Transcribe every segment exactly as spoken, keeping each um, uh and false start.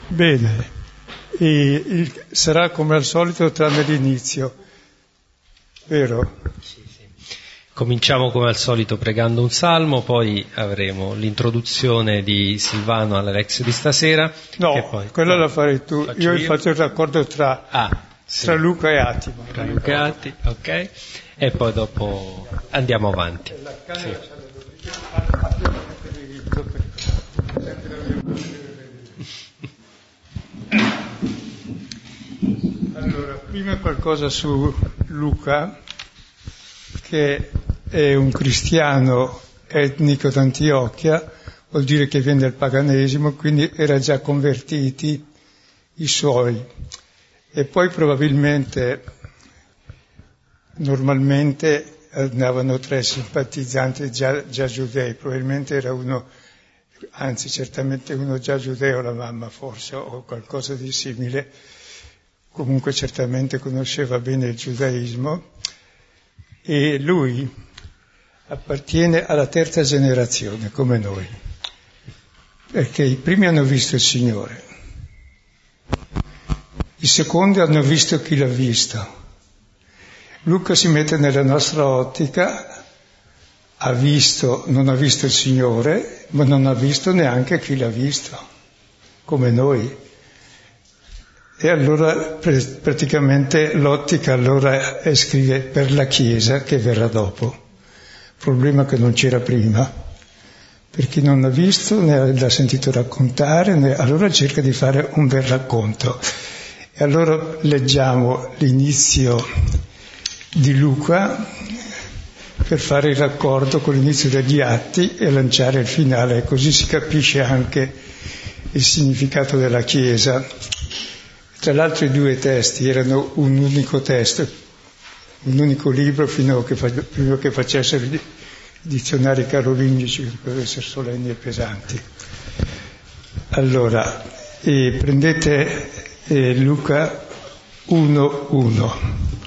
Bene, e il, sarà come al solito tranne l'inizio, vero? Sì, sì. Cominciamo come al solito pregando un salmo, poi avremo l'introduzione di Silvano alla lezione di stasera. No, che poi, quello no, la farei tu, io, io faccio il raccordo tra, ah, sì. tra Luca e Attimo. Tra Luca e Attimo, ok, e poi dopo andiamo avanti. Sì. Allora, prima qualcosa su Luca, che è un cristiano etnico d'Antiochia, vuol dire che viene dal paganesimo, quindi era già convertiti i suoi. E poi probabilmente, normalmente andavano tre simpatizzanti già, già giudei, probabilmente era uno, anzi certamente uno già giudeo, la mamma forse, o qualcosa di simile. Comunque certamente conosceva bene il giudaismo, e lui appartiene alla terza generazione, come noi, perché i primi hanno visto il Signore, i secondi hanno visto chi l'ha visto. Luca si mette nella nostra ottica, ha visto, non ha visto il Signore, ma non ha visto neanche chi l'ha visto, come noi. E allora praticamente l'ottica allora è scrive per la Chiesa che verrà dopo, problema che non c'era prima, per chi non ha visto né l'ha sentito raccontare, né, allora cerca di fare un bel racconto. E allora leggiamo l'inizio di Luca per fare il raccordo con l'inizio degli Atti e lanciare il finale, così si capisce anche il significato della Chiesa. Tra l'altro i due testi erano un unico testo, un unico libro fino a che, prima che facessero i dizionari carolingici, che dovevano essere solenni e pesanti. Allora, eh, prendete eh, Luca uno uno,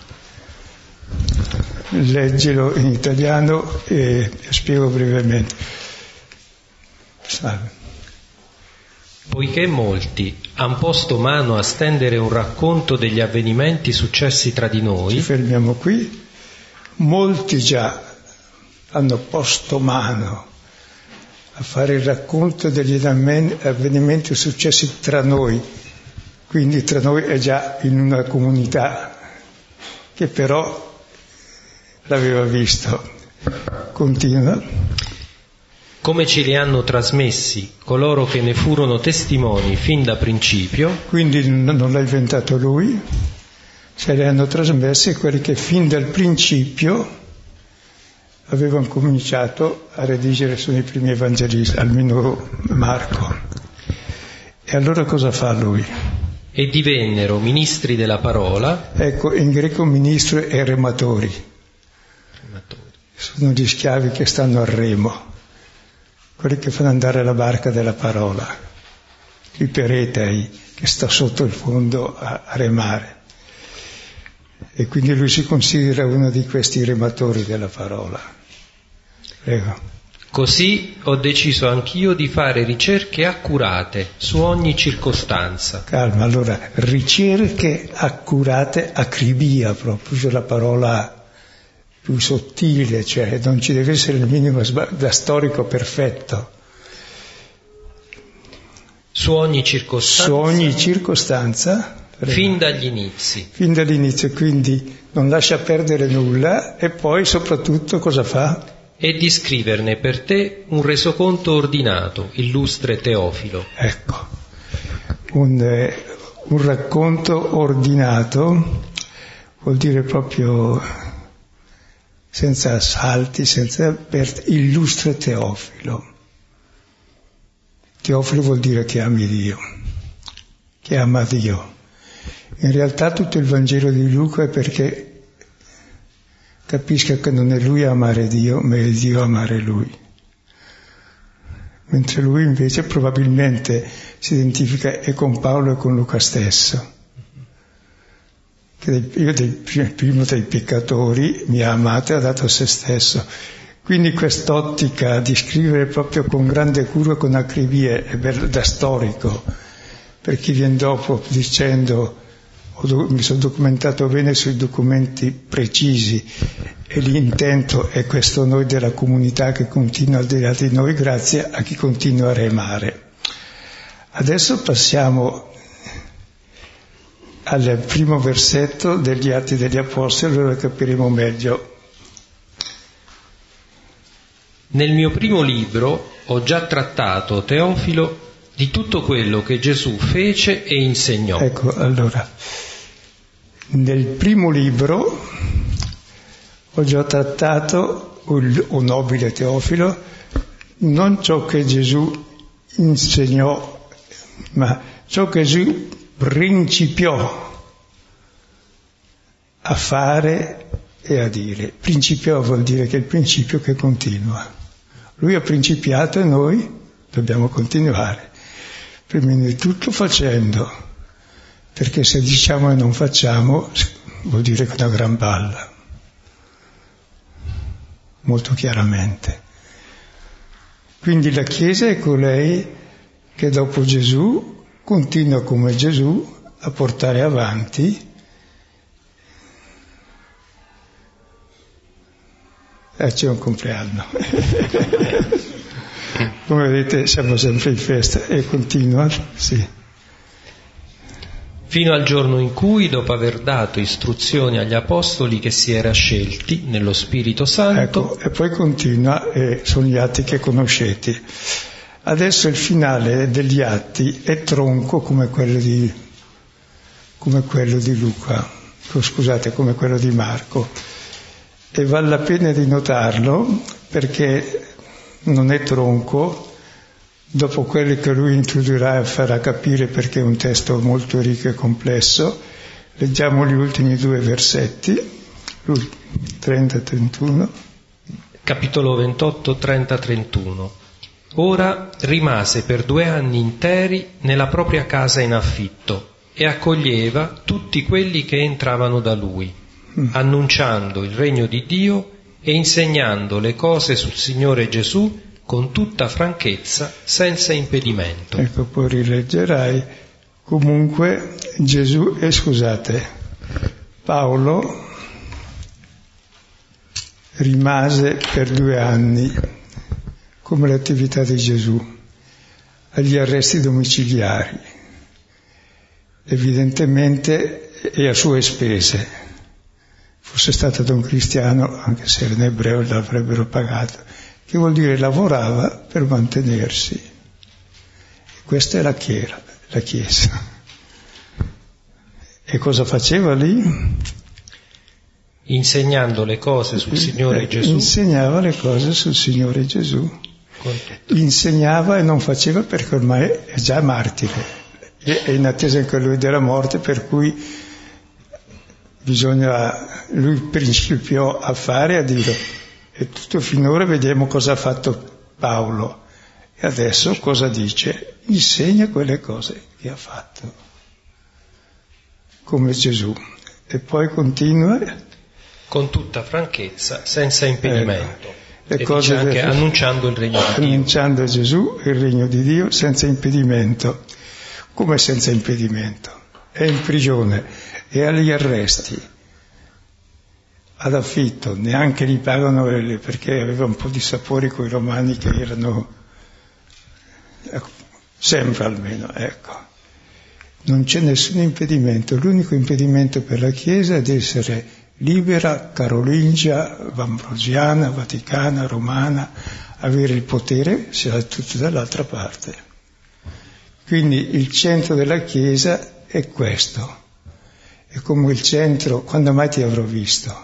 leggilo in italiano e spiego brevemente. Salve. Poiché molti han posto mano a stendere un racconto degli avvenimenti successi tra di noi... Ci fermiamo qui. Molti già hanno posto mano a fare il racconto degli avvenimenti successi tra noi. Quindi tra noi è già in una comunità che però l'aveva visto. Continua. Come ce li hanno trasmessi coloro che ne furono testimoni fin da principio. Quindi non l'ha inventato lui, ce li hanno trasmessi quelli che fin dal principio avevano cominciato a redigere, sono i primi evangelisti, almeno Marco. E allora cosa fa lui? E divennero ministri della parola. Ecco, in greco ministro è rematori. Rematori. Sono gli schiavi che stanno al remo, quelli che fanno andare la barca della parola, i peretei, che sta sotto il fondo a, a remare. E quindi lui si considera uno di questi rematori della parola. Prego. Così ho deciso anch'io di fare ricerche accurate su ogni circostanza. Calma, allora, ricerche accurate, acribia proprio, cioè la parola più sottile, cioè non ci deve essere il minimo da storico perfetto. Su ogni circostanza. Su ogni circostanza. Fin dagli inizi. Fin dall'inizio, quindi non lascia perdere nulla e poi soprattutto cosa fa? E di scriverne per te un resoconto ordinato, illustre Teofilo. Ecco, un, eh, un racconto ordinato vuol dire proprio senza salti, senza per illustre Teofilo. Teofilo vuol dire che ami Dio, che ama Dio. In realtà tutto il Vangelo di Luca è perché capisca che non è lui a amare Dio, ma è Dio a amare lui. Mentre lui invece probabilmente si identifica e con Paolo e con Luca stesso. Che io del primo dei peccatori mi ha amato e ha dato a se stesso. Quindi quest'ottica di scrivere proprio con grande cura, con acribie, è bello, da storico, per chi viene dopo dicendo mi sono documentato bene sui documenti precisi e l'intento è questo noi della comunità che continua al di là di noi grazie a chi continua a remare. Adesso passiamo al primo versetto degli Atti degli Apostoli, allora capiremo meglio. Nel mio primo libro ho già trattato, Teofilo, di tutto quello che Gesù fece e insegnò. Ecco, allora, nel primo libro ho già trattato, o nobile Teofilo, non ciò che Gesù insegnò, ma ciò che Gesù principiò a fare e a dire. Principiò vuol dire che è il principio che continua. Lui ha principiato e noi dobbiamo continuare. Prima di tutto facendo, perché se diciamo e non facciamo vuol dire che è una gran balla, molto chiaramente. Quindi la Chiesa è colei che dopo Gesù continua come Gesù a portare avanti eh, c'è un compleanno come vedete siamo sempre in festa e continua, sì. Fino al giorno in cui, dopo aver dato istruzioni agli apostoli che si era scelti nello Spirito Santo, ecco, e poi continua, e sono gli atti che conoscete. Adesso il finale degli atti è tronco come quello di, come quello di Luca, scusate, come quello di Marco, e vale la pena di notarlo perché non è tronco. Dopo quelli che lui introdurrà e farà capire perché è un testo molto ricco e complesso, leggiamo gli ultimi due versetti, trenta e trentuno. Capitolo ventotto, trenta trentuno. Ora rimase per due anni interi nella propria casa in affitto e accoglieva tutti quelli che entravano da lui, mm. annunciando il regno di Dio e insegnando le cose sul Signore Gesù con tutta franchezza, senza impedimento. Ecco, poi rileggerai. Comunque Gesù, e eh, scusate, Paolo rimase per due anni, come l'attività di Gesù, agli arresti domiciliari, evidentemente e a sue spese. Fosse stato da un cristiano, anche se era un ebreo, l'avrebbero pagato. Che vuol dire lavorava per mantenersi. E questa è la chiesa, la Chiesa. E cosa faceva lì? Insegnando le cose sul Signore Gesù. Insegnava le cose sul Signore Gesù. Insegnava e non faceva perché ormai è già martire. È in attesa anche lui della morte, per cui bisogna, lui principiò a fare, a dire. E tutto finora vediamo cosa ha fatto Paolo e adesso cosa dice? Insegna quelle cose che ha fatto come Gesù e poi continua con tutta franchezza, senza impedimento, eh, le e cose dice anche del... annunciando il regno di Dio, annunciando Gesù il regno di Dio senza impedimento. Come senza impedimento? È in prigione, è agli arresti, ad affitto, neanche gli pagano perché aveva un po' di sapori coi romani che erano, ecco, sempre almeno, ecco. Non c'è nessun impedimento, l'unico impedimento per la Chiesa è di essere libera, carolingia, ambrosiana, vaticana, romana, avere il potere, se ha tutto dall'altra parte. Quindi il centro della Chiesa è questo, è come il centro, quando mai ti avrò visto?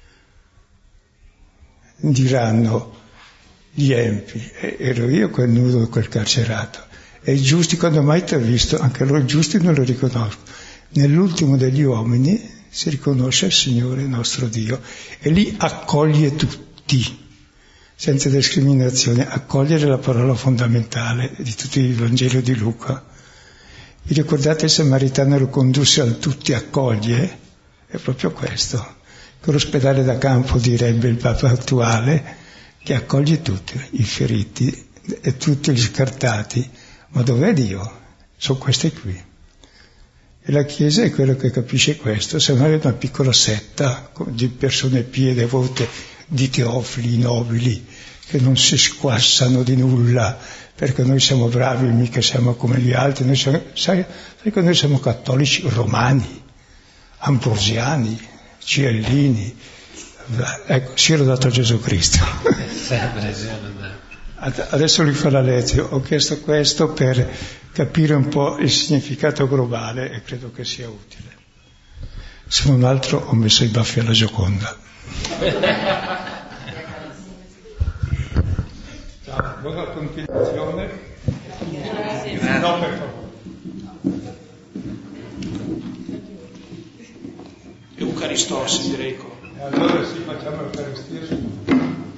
Diranno gli empi, ero io quel nudo, quel carcerato, e i giusti quando mai ti ho visto, anche loro giusti non lo riconosco. Nell'ultimo degli uomini si riconosce il Signore nostro Dio e lì accoglie tutti, senza discriminazione. Accogliere la parola fondamentale di tutto il Vangelo di Luca. Vi ricordate il Samaritano lo condusse al tutti accoglie? È proprio questo. Che l'ospedale da campo direbbe il Papa attuale, che accoglie tutti, i feriti e tutti gli scartati. Ma dov'è Dio? sono queste qui. E la Chiesa è quello che capisce questo, se no è una piccola setta di persone pie, devote, di teofili nobili, che non si squassano di nulla, perché noi siamo bravi, mica siamo come gli altri, noi siamo, sai, sai che noi siamo cattolici romani, ambrosiani, ciellini, ecco, si era dato a Gesù Cristo. Adesso lui fa la lezione, ho chiesto questo per capire un po' il significato globale e credo che sia utile. Se non altro ho messo i baffi alla Gioconda. Ciao, buona continuazione. No, per favore. Eucaristos in greco. E allora sì, facciamo l'Eucaristia subito.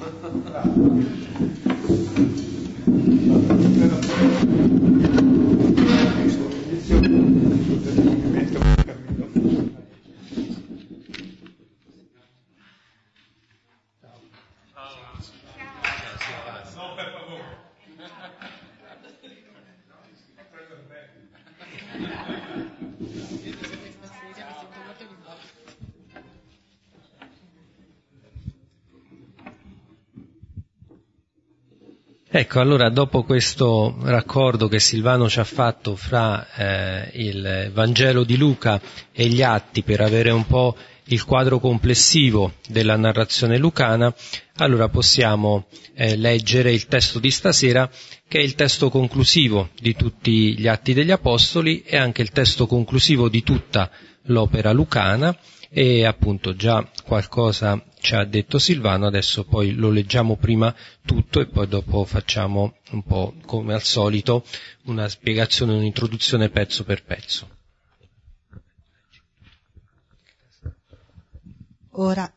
Ecco, allora dopo questo raccordo che Silvano ci ha fatto fra eh, il Vangelo di Luca e gli Atti per avere un po' il quadro complessivo della narrazione lucana, allora possiamo eh, leggere il testo di stasera, che è il testo conclusivo di tutti gli Atti degli Apostoli e anche il testo conclusivo di tutta l'opera lucana, e appunto già qualcosa ci ha detto Silvano, adesso poi lo leggiamo prima tutto e poi dopo facciamo un po' come al solito una spiegazione, un'introduzione pezzo per pezzo. Ora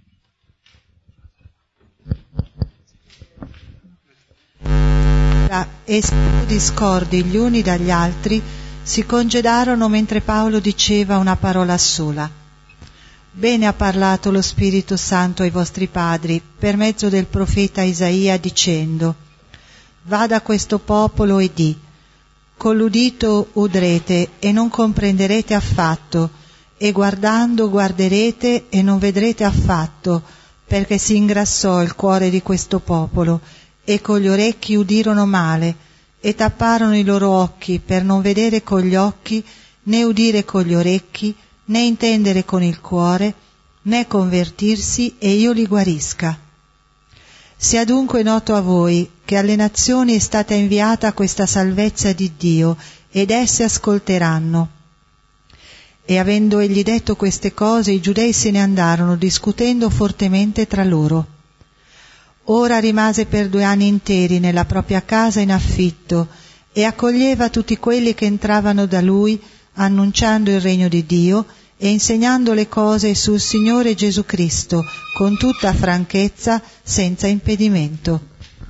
essi discordi gli uni dagli altri si congedarono mentre Paolo diceva una parola sola. Bene ha parlato lo Spirito Santo ai vostri padri per mezzo del profeta Isaia dicendo: vada a questo popolo e di, con l'udito udrete e non comprenderete affatto, e guardando guarderete e non vedrete affatto, perché si ingrassò il cuore di questo popolo, e con gli orecchi udirono male, e tapparono i loro occhi per non vedere con gli occhi, né udire con gli orecchi, né intendere con il cuore, né convertirsi, e io li guarisca. Sia dunque noto a voi che alle nazioni è stata inviata questa salvezza di Dio, ed esse ascolteranno. E avendo egli detto queste cose, i giudei se ne andarono, discutendo fortemente tra loro. Ora rimase per due anni interi nella propria casa in affitto, e accoglieva tutti quelli che entravano da lui, annunciando il regno di Dio e insegnando le cose sul Signore Gesù Cristo con tutta franchezza, senza impedimento.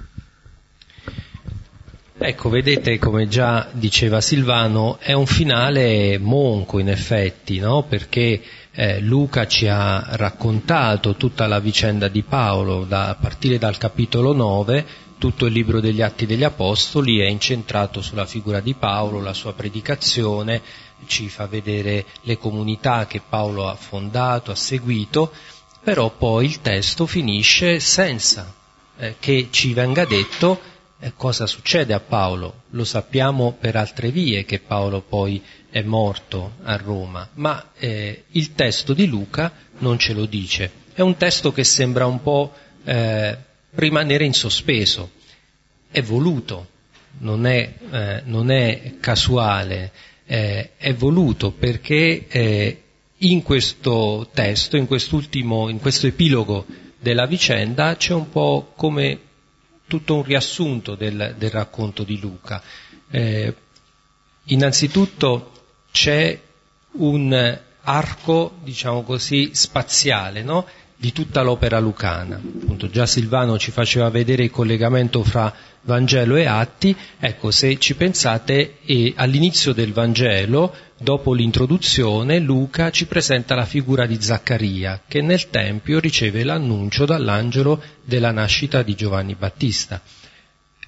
Ecco, vedete, come già diceva Silvano, è un finale monco in effetti, no? Perché eh, Luca ci ha raccontato tutta la vicenda di Paolo, da, a partire dal capitolo nove, tutto il libro degli Atti degli Apostoli è incentrato sulla figura di Paolo, la sua predicazione, ci fa vedere le comunità che Paolo ha fondato, ha seguito, però poi il testo finisce senza eh, che ci venga detto eh, cosa succede a Paolo. Lo sappiamo per altre vie che Paolo poi è morto a Roma, ma eh, il testo di Luca non ce lo dice. È un testo che sembra un po' eh, rimanere in sospeso, è voluto, non è, eh, non è casuale. Eh, è voluto perché eh, in questo testo, in quest'ultimo, in questo epilogo della vicenda c'è un po' come tutto un riassunto del, del racconto di Luca. Eh, innanzitutto c'è un arco, diciamo così, spaziale, no? Di tutta l'opera lucana. Appunto, già Silvano ci faceva vedere il collegamento fra Vangelo e Atti. Ecco, se ci pensate, e all'inizio del Vangelo, dopo l'introduzione, Luca ci presenta la figura di Zaccaria, che nel Tempio riceve l'annuncio dall'angelo della nascita di Giovanni Battista.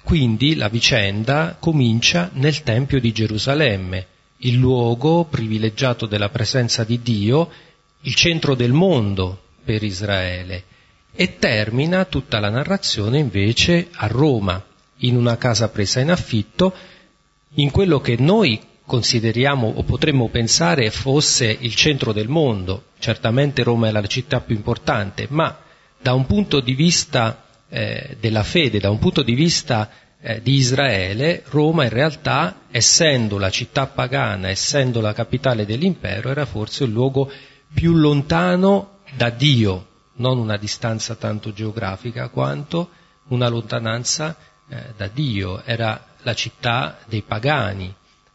Quindi la vicenda comincia nel Tempio di Gerusalemme, il luogo privilegiato della presenza di Dio, il centro del mondo per Israele, e termina tutta la narrazione invece a Roma, in una casa presa in affitto, in quello che noi consideriamo o potremmo pensare fosse il centro del mondo. Certamente Roma è la città più importante, ma da un punto di vista eh, della fede, da un punto di vista eh, di Israele, Roma in realtà, essendo la città pagana, essendo la capitale dell'impero, era forse il luogo più lontano da Dio, non una distanza tanto geografica quanto una lontananza eh, da Dio, era la città dei pagani.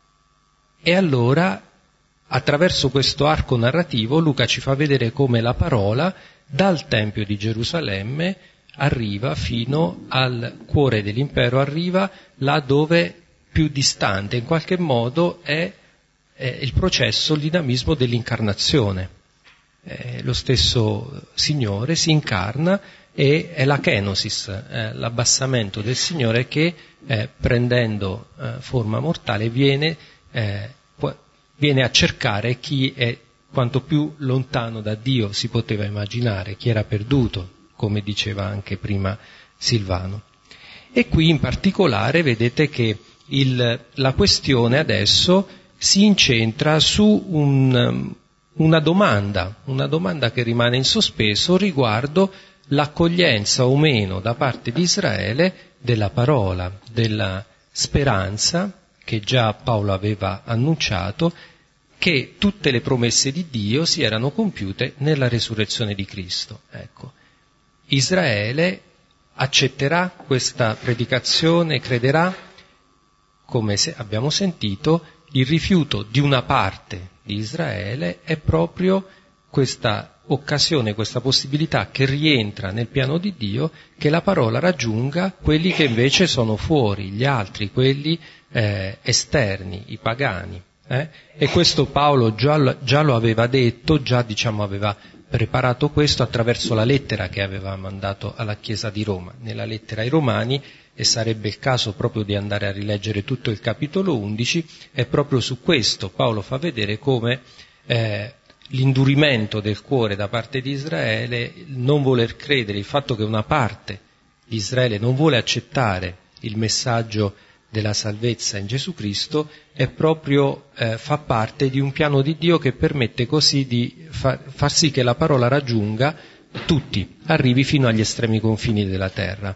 E allora, attraverso questo arco narrativo, Luca ci fa vedere come la parola dal Tempio di Gerusalemme arriva fino al cuore dell'impero, arriva là dove più distante, in qualche modo è, è il processo, il dinamismo dell'incarnazione. Eh, lo stesso Signore si incarna e è la kenosis, eh, l'abbassamento del Signore che, eh, prendendo eh, forma mortale, viene, eh, viene a cercare chi è quanto più lontano da Dio si poteva immaginare, chi era perduto, come diceva anche prima Silvano. E qui in particolare vedete che il, la questione adesso si incentra su un, una domanda, una domanda che rimane in sospeso riguardo l'accoglienza o meno da parte di Israele della parola, della speranza che già Paolo aveva annunciato, che tutte le promesse di Dio si erano compiute nella resurrezione di Cristo. Ecco. Israele accetterà questa predicazione, crederà, come se abbiamo sentito, il rifiuto di una parte di Israele è proprio questa occasione, questa possibilità che rientra nel piano di Dio, che la parola raggiunga quelli che invece sono fuori, gli altri, quelli eh, esterni, i pagani. Eh? E questo Paolo già, già lo aveva detto, già diciamo aveva preparato questo attraverso la lettera che aveva mandato alla Chiesa di Roma. Nella lettera ai Romani, e sarebbe il caso proprio di andare a rileggere tutto il capitolo undici, è proprio su questo Paolo fa vedere come eh, l'indurimento del cuore da parte di Israele, il non voler credere, il fatto che una parte di Israele non vuole accettare il messaggio della salvezza in Gesù Cristo, è proprio eh, fa parte di un piano di Dio che permette così di far, far sì che la parola raggiunga tutti, arrivi fino agli estremi confini della terra.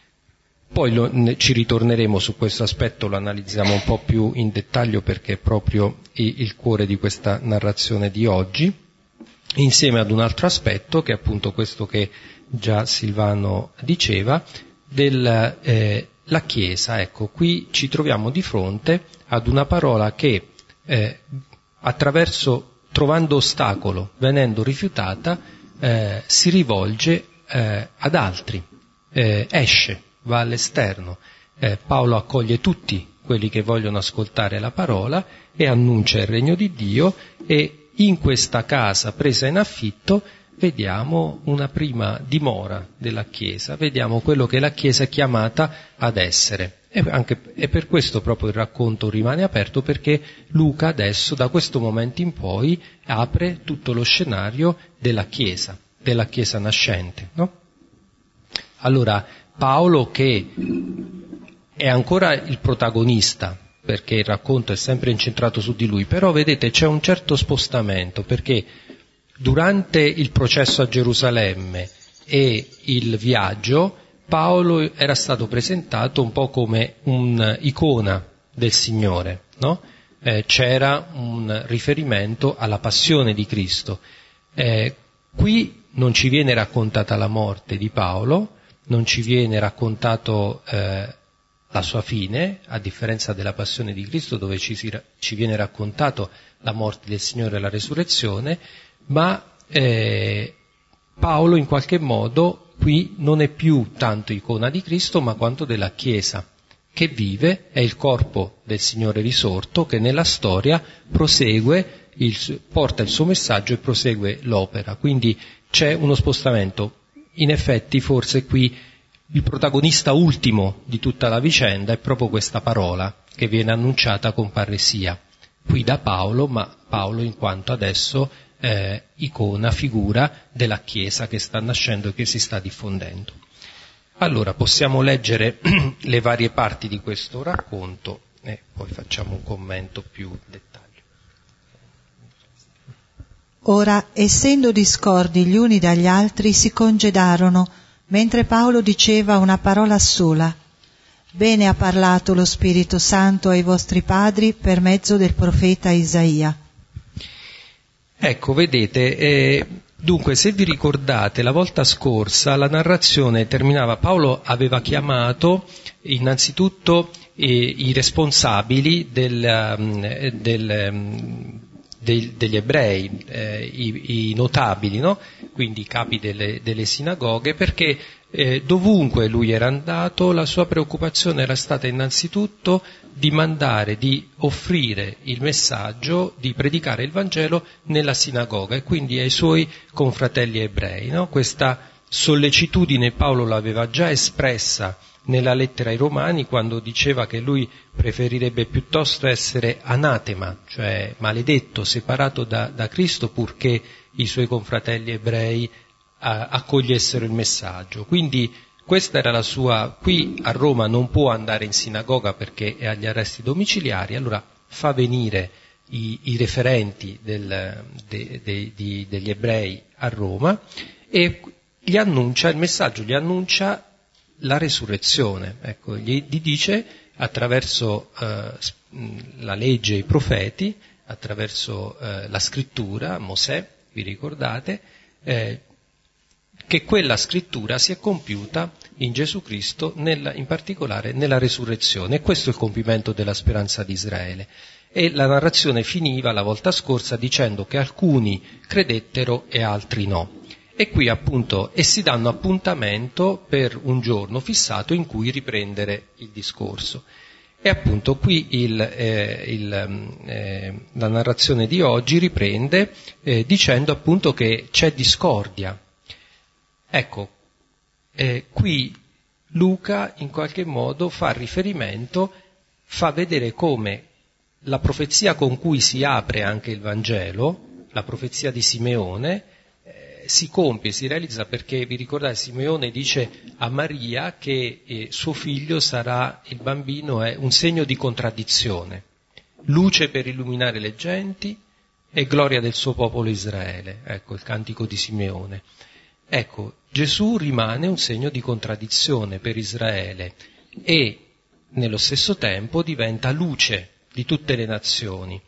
Poi lo, ne, ci ritorneremo su questo aspetto, lo analizziamo un po' più in dettaglio perché è proprio il, il cuore di questa narrazione di oggi, insieme ad un altro aspetto che è appunto questo che già Silvano diceva, del eh, la Chiesa. Ecco, qui ci troviamo di fronte ad una parola che eh, attraverso, trovando ostacolo, venendo rifiutata, eh, si rivolge eh, ad altri, eh, esce, va all'esterno. Eh, Paolo accoglie tutti quelli che vogliono ascoltare la parola e annuncia il regno di Dio, e in questa casa presa in affitto vediamo una prima dimora della Chiesa, vediamo quello che la Chiesa è chiamata ad essere. E, anche, e per questo proprio il racconto rimane aperto, perché Luca adesso, da questo momento in poi, apre tutto lo scenario della Chiesa, della Chiesa nascente, no? Allora, Paolo, che è ancora il protagonista, perché il racconto è sempre incentrato su di lui, però vedete c'è un certo spostamento, perché durante il processo a Gerusalemme e il viaggio, Paolo era stato presentato un po' come un'icona del Signore, no? Eh, c'era un riferimento alla passione di Cristo. Eh, qui non ci viene raccontata la morte di Paolo, non ci viene raccontato eh, la sua fine, a differenza della passione di Cristo, dove ci, si, ci viene raccontato la morte del Signore e la resurrezione, ma eh, Paolo in qualche modo qui non è più tanto icona di Cristo, ma quanto della Chiesa, che vive, è il corpo del Signore risorto, che nella storia prosegue, il, porta il suo messaggio e prosegue l'opera. Quindi c'è uno spostamento. In effetti forse qui il protagonista ultimo di tutta la vicenda è proprio questa parola che viene annunciata con parresia, qui da Paolo, ma Paolo in quanto adesso eh, icona, figura della Chiesa che sta nascendo e che si sta diffondendo. Allora possiamo leggere le varie parti di questo racconto e poi facciamo un commento più dettaglio. Ora, essendo discordi gli uni dagli altri, si congedarono, mentre Paolo diceva una parola sola. Bene ha parlato lo Spirito Santo ai vostri padri per mezzo del profeta Isaia. Ecco, vedete, eh, dunque se vi ricordate la volta scorsa la narrazione terminava, Paolo aveva chiamato innanzitutto eh, i responsabili del, um, del um, Dei, degli ebrei, eh, i, i notabili, no? Quindi i capi delle, delle sinagoghe, perché eh, dovunque lui era andato la sua preoccupazione era stata innanzitutto di mandare, di offrire il messaggio, di predicare il Vangelo nella sinagoga e quindi ai suoi confratelli ebrei. No? Questa sollecitudine Paolo l'aveva già espressa nella lettera ai Romani quando diceva che lui preferirebbe piuttosto essere anatema, cioè maledetto, separato da, da Cristo, purché i suoi confratelli ebrei a, accogliessero il messaggio. Quindi questa era la sua, qui a Roma non può andare in sinagoga perché è agli arresti domiciliari, allora fa venire i, i referenti del, de, de, de, degli ebrei a Roma e gli annuncia, il messaggio gli annuncia la resurrezione, ecco, gli dice attraverso eh, la legge e i profeti, attraverso eh, la scrittura, Mosè, vi ricordate, eh, che quella scrittura si è compiuta in Gesù Cristo, nella, in particolare nella resurrezione, e questo è il compimento della speranza di Israele. E la narrazione finiva la volta scorsa dicendo che alcuni credettero e altri no. E qui appunto, e si danno appuntamento per un giorno fissato in cui riprendere il discorso. E appunto qui il, eh, il, eh, la narrazione di oggi riprende eh, dicendo appunto che c'è discordia. Ecco, eh, qui Luca in qualche modo fa riferimento, fa vedere come la profezia con cui si apre anche il Vangelo, la profezia di Simeone, si compie, si realizza perché, vi ricordate, Simeone dice a Maria che eh, suo figlio sarà, il bambino è un segno di contraddizione, luce per illuminare le genti e gloria del suo popolo Israele, ecco il cantico di Simeone. Ecco, Gesù rimane un segno di contraddizione per Israele e nello stesso tempo diventa luce di tutte le nazioni.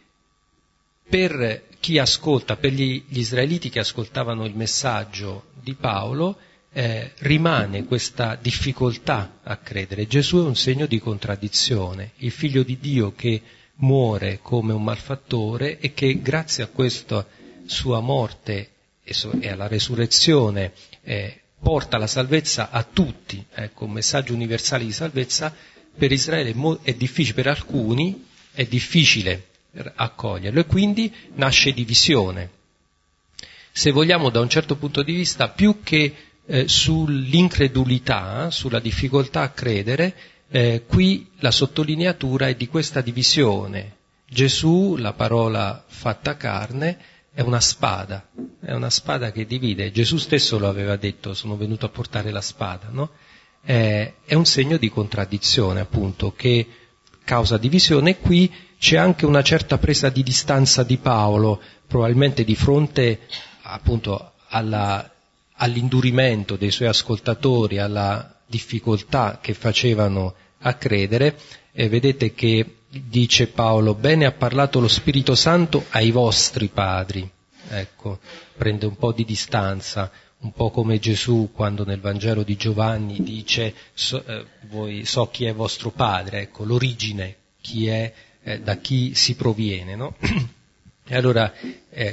Per chi ascolta, per gli, gli israeliti che ascoltavano il messaggio di Paolo, eh, rimane questa difficoltà a credere. Gesù è un segno di contraddizione, il figlio di Dio che muore come un malfattore e che grazie a questa sua morte e, so, e alla resurrezione eh, porta la salvezza a tutti, ecco, un messaggio universale di salvezza. Per Israele è difficile, per alcuni è difficile accoglierlo e quindi nasce divisione. Se vogliamo, da un certo punto di vista, più che eh, sull'incredulità, sulla difficoltà a credere, eh, qui la sottolineatura è di questa divisione. Gesù, la parola fatta carne, è una spada, è una spada che divide. Gesù stesso lo aveva detto, sono venuto a portare la spada, no? Eh, è un segno di contraddizione, appunto, che causa divisione. Qui c'è anche una certa presa di distanza di Paolo, probabilmente di fronte appunto alla, all'indurimento dei suoi ascoltatori, alla difficoltà che facevano a credere. E vedete che dice Paolo, bene ha parlato lo Spirito Santo ai vostri padri. Ecco, prende un po' di distanza, un po' come Gesù quando nel Vangelo di Giovanni dice so, eh, voi, so chi è vostro padre, ecco, l'origine, chi è, eh, da chi si proviene, no? E allora eh,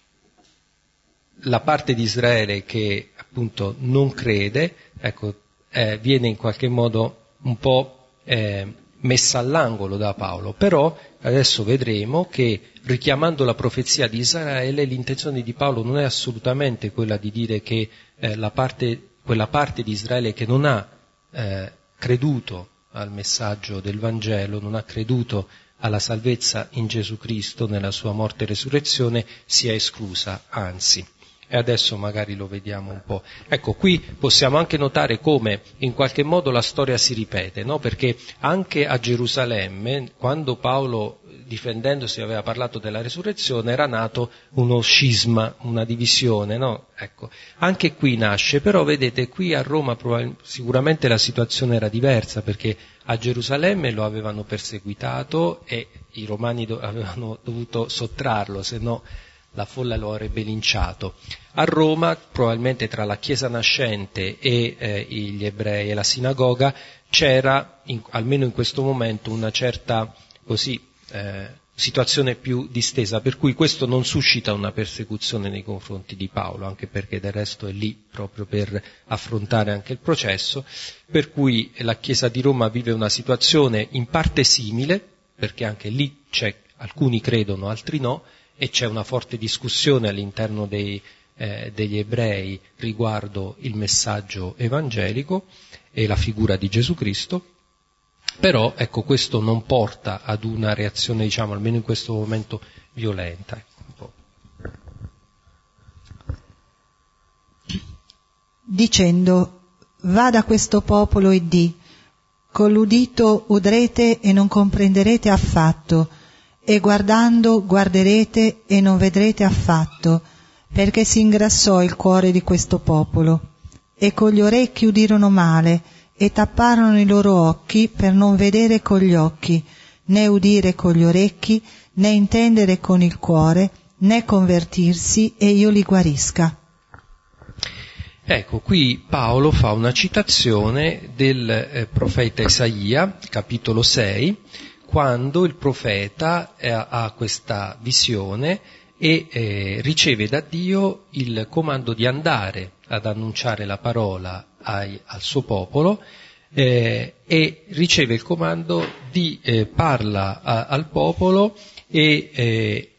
la parte di Israele che appunto non crede, ecco, eh, viene in qualche modo un po' eh, messa all'angolo da Paolo, però adesso vedremo che richiamando la profezia di Israele l'intenzione di Paolo non è assolutamente quella di dire che eh, la parte quella parte di Israele che non ha eh, creduto al messaggio del Vangelo, non ha creduto alla salvezza in Gesù Cristo, nella sua morte e resurrezione, sia esclusa, anzi. E adesso magari lo vediamo un po'. Ecco, qui possiamo anche notare come in qualche modo la storia si ripete, no? Perché anche a Gerusalemme, quando Paolo, difendendosi, aveva parlato della resurrezione, era nato uno scisma, una divisione, no? Ecco, anche qui nasce, però vedete, qui a Roma sicuramente la situazione era diversa, perché a Gerusalemme lo avevano perseguitato e i romani do- avevano dovuto sottrarlo, se no la folla lo avrebbe linciato. A Roma, probabilmente tra la Chiesa nascente e eh, gli ebrei e la sinagoga, c'era, in, almeno in questo momento, una certa così eh, situazione più distesa, per cui questo non suscita una persecuzione nei confronti di Paolo, anche perché del resto è lì proprio per affrontare anche il processo, per cui la Chiesa di Roma vive una situazione in parte simile, perché anche lì c'è, alcuni credono, altri no, e c'è una forte discussione all'interno dei, eh, degli ebrei riguardo il messaggio evangelico e la figura di Gesù Cristo, però ecco, questo non porta ad una reazione, diciamo, almeno in questo momento, violenta. Ecco, un po'. Dicendo: va da questo popolo e di, con l'udito udrete e non comprenderete affatto, e guardando guarderete e non vedrete affatto, perché si ingrassò il cuore di questo popolo. E con gli orecchi udirono male, e tapparono i loro occhi per non vedere con gli occhi, né udire con gli orecchi, né intendere con il cuore, né convertirsi, e io li guarisca. Ecco, qui Paolo fa una citazione del eh, profeta Isaia, capitolo sei, quando il profeta eh, ha questa visione e eh, riceve da Dio il comando di andare ad annunciare la parola ai, al suo popolo eh, e riceve il comando di eh, parla a, al popolo e, eh,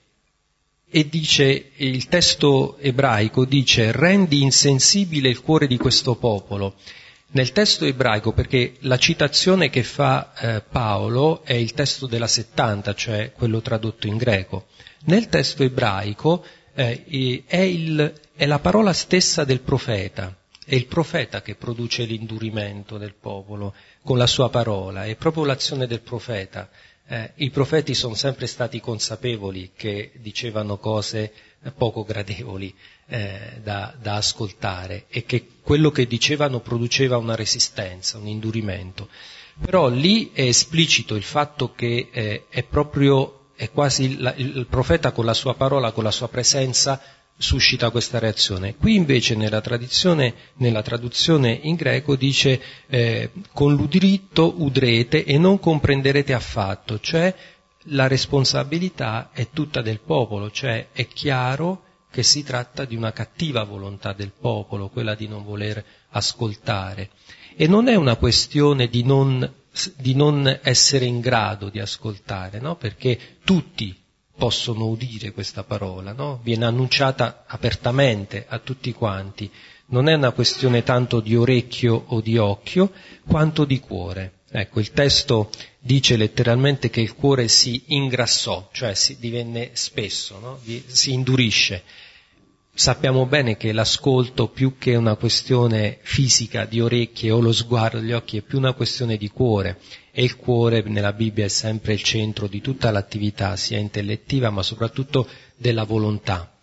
e dice, il testo ebraico dice: rendi insensibile il cuore di questo popolo. Nel testo ebraico, perché la citazione che fa eh, Paolo è il testo della settanta, cioè quello tradotto in greco. Nel testo ebraico eh, è, il, è la parola stessa del profeta, è il profeta che produce l'indurimento del popolo con la sua parola, è proprio l'azione del profeta. Eh, I profeti sono sempre stati consapevoli che dicevano cose poco gradevoli eh, da, da ascoltare e che quello che dicevano produceva una resistenza, un indurimento. Però lì è esplicito il fatto che eh, è proprio, è quasi la, il profeta con la sua parola, con la sua presenza suscita questa reazione. Qui invece nella tradizione, nella traduzione in greco dice eh, con l'udito udrete e non comprenderete affatto, cioè la responsabilità è tutta del popolo, cioè è chiaro che si tratta di una cattiva volontà del popolo, quella di non voler ascoltare. E non è una questione di non, di non essere in grado di ascoltare, no? Perché tutti possono udire questa parola, no? Viene annunciata apertamente a tutti quanti. Non è una questione tanto di orecchio o di occhio, quanto di cuore. Ecco, il testo dice letteralmente che il cuore si ingrassò, cioè si divenne spesso, no? Si indurisce. Sappiamo bene che l'ascolto, più che una questione fisica di orecchie o lo sguardo degli occhi, è più una questione di cuore. E il cuore nella Bibbia è sempre il centro di tutta l'attività, sia intellettiva ma soprattutto della volontà.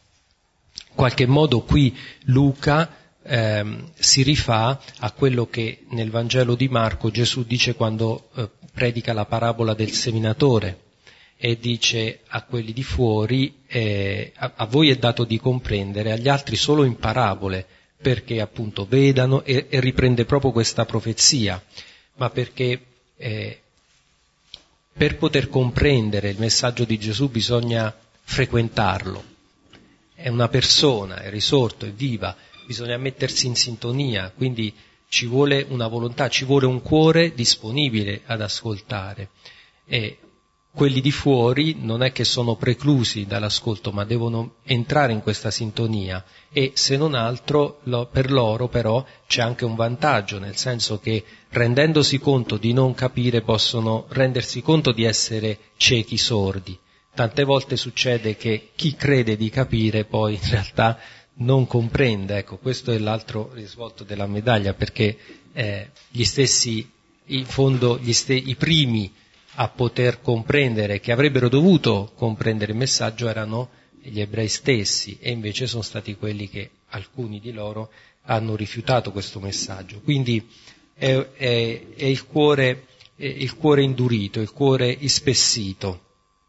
In qualche modo qui Luca ehm, si rifà a quello che nel Vangelo di Marco Gesù dice quando eh, predica la parabola del seminatore e dice a quelli di fuori eh, a, a voi è dato di comprendere, agli altri solo in parabole, perché appunto vedano, e, e riprende proprio questa profezia, ma perché Eh, per poter comprendere il messaggio di Gesù bisogna frequentarlo. È una persona, è risorto, è viva, bisogna mettersi in sintonia, quindi ci vuole una volontà, ci vuole un cuore disponibile ad ascoltare. E quelli di fuori non è che sono preclusi dall'ascolto, ma devono entrare in questa sintonia, e se non altro lo, per loro però c'è anche un vantaggio, nel senso che rendendosi conto di non capire possono rendersi conto di essere ciechi sordi. Tante volte succede che chi crede di capire poi in realtà non comprende. Ecco, questo è l'altro risvolto della medaglia, perché eh, gli stessi, in fondo gli ste- i primi a poter comprendere, che avrebbero dovuto comprendere il messaggio, erano gli ebrei stessi, e invece sono stati quelli che, alcuni di loro, hanno rifiutato questo messaggio. Quindi è, è, è il cuore, è il cuore indurito, il cuore ispessito.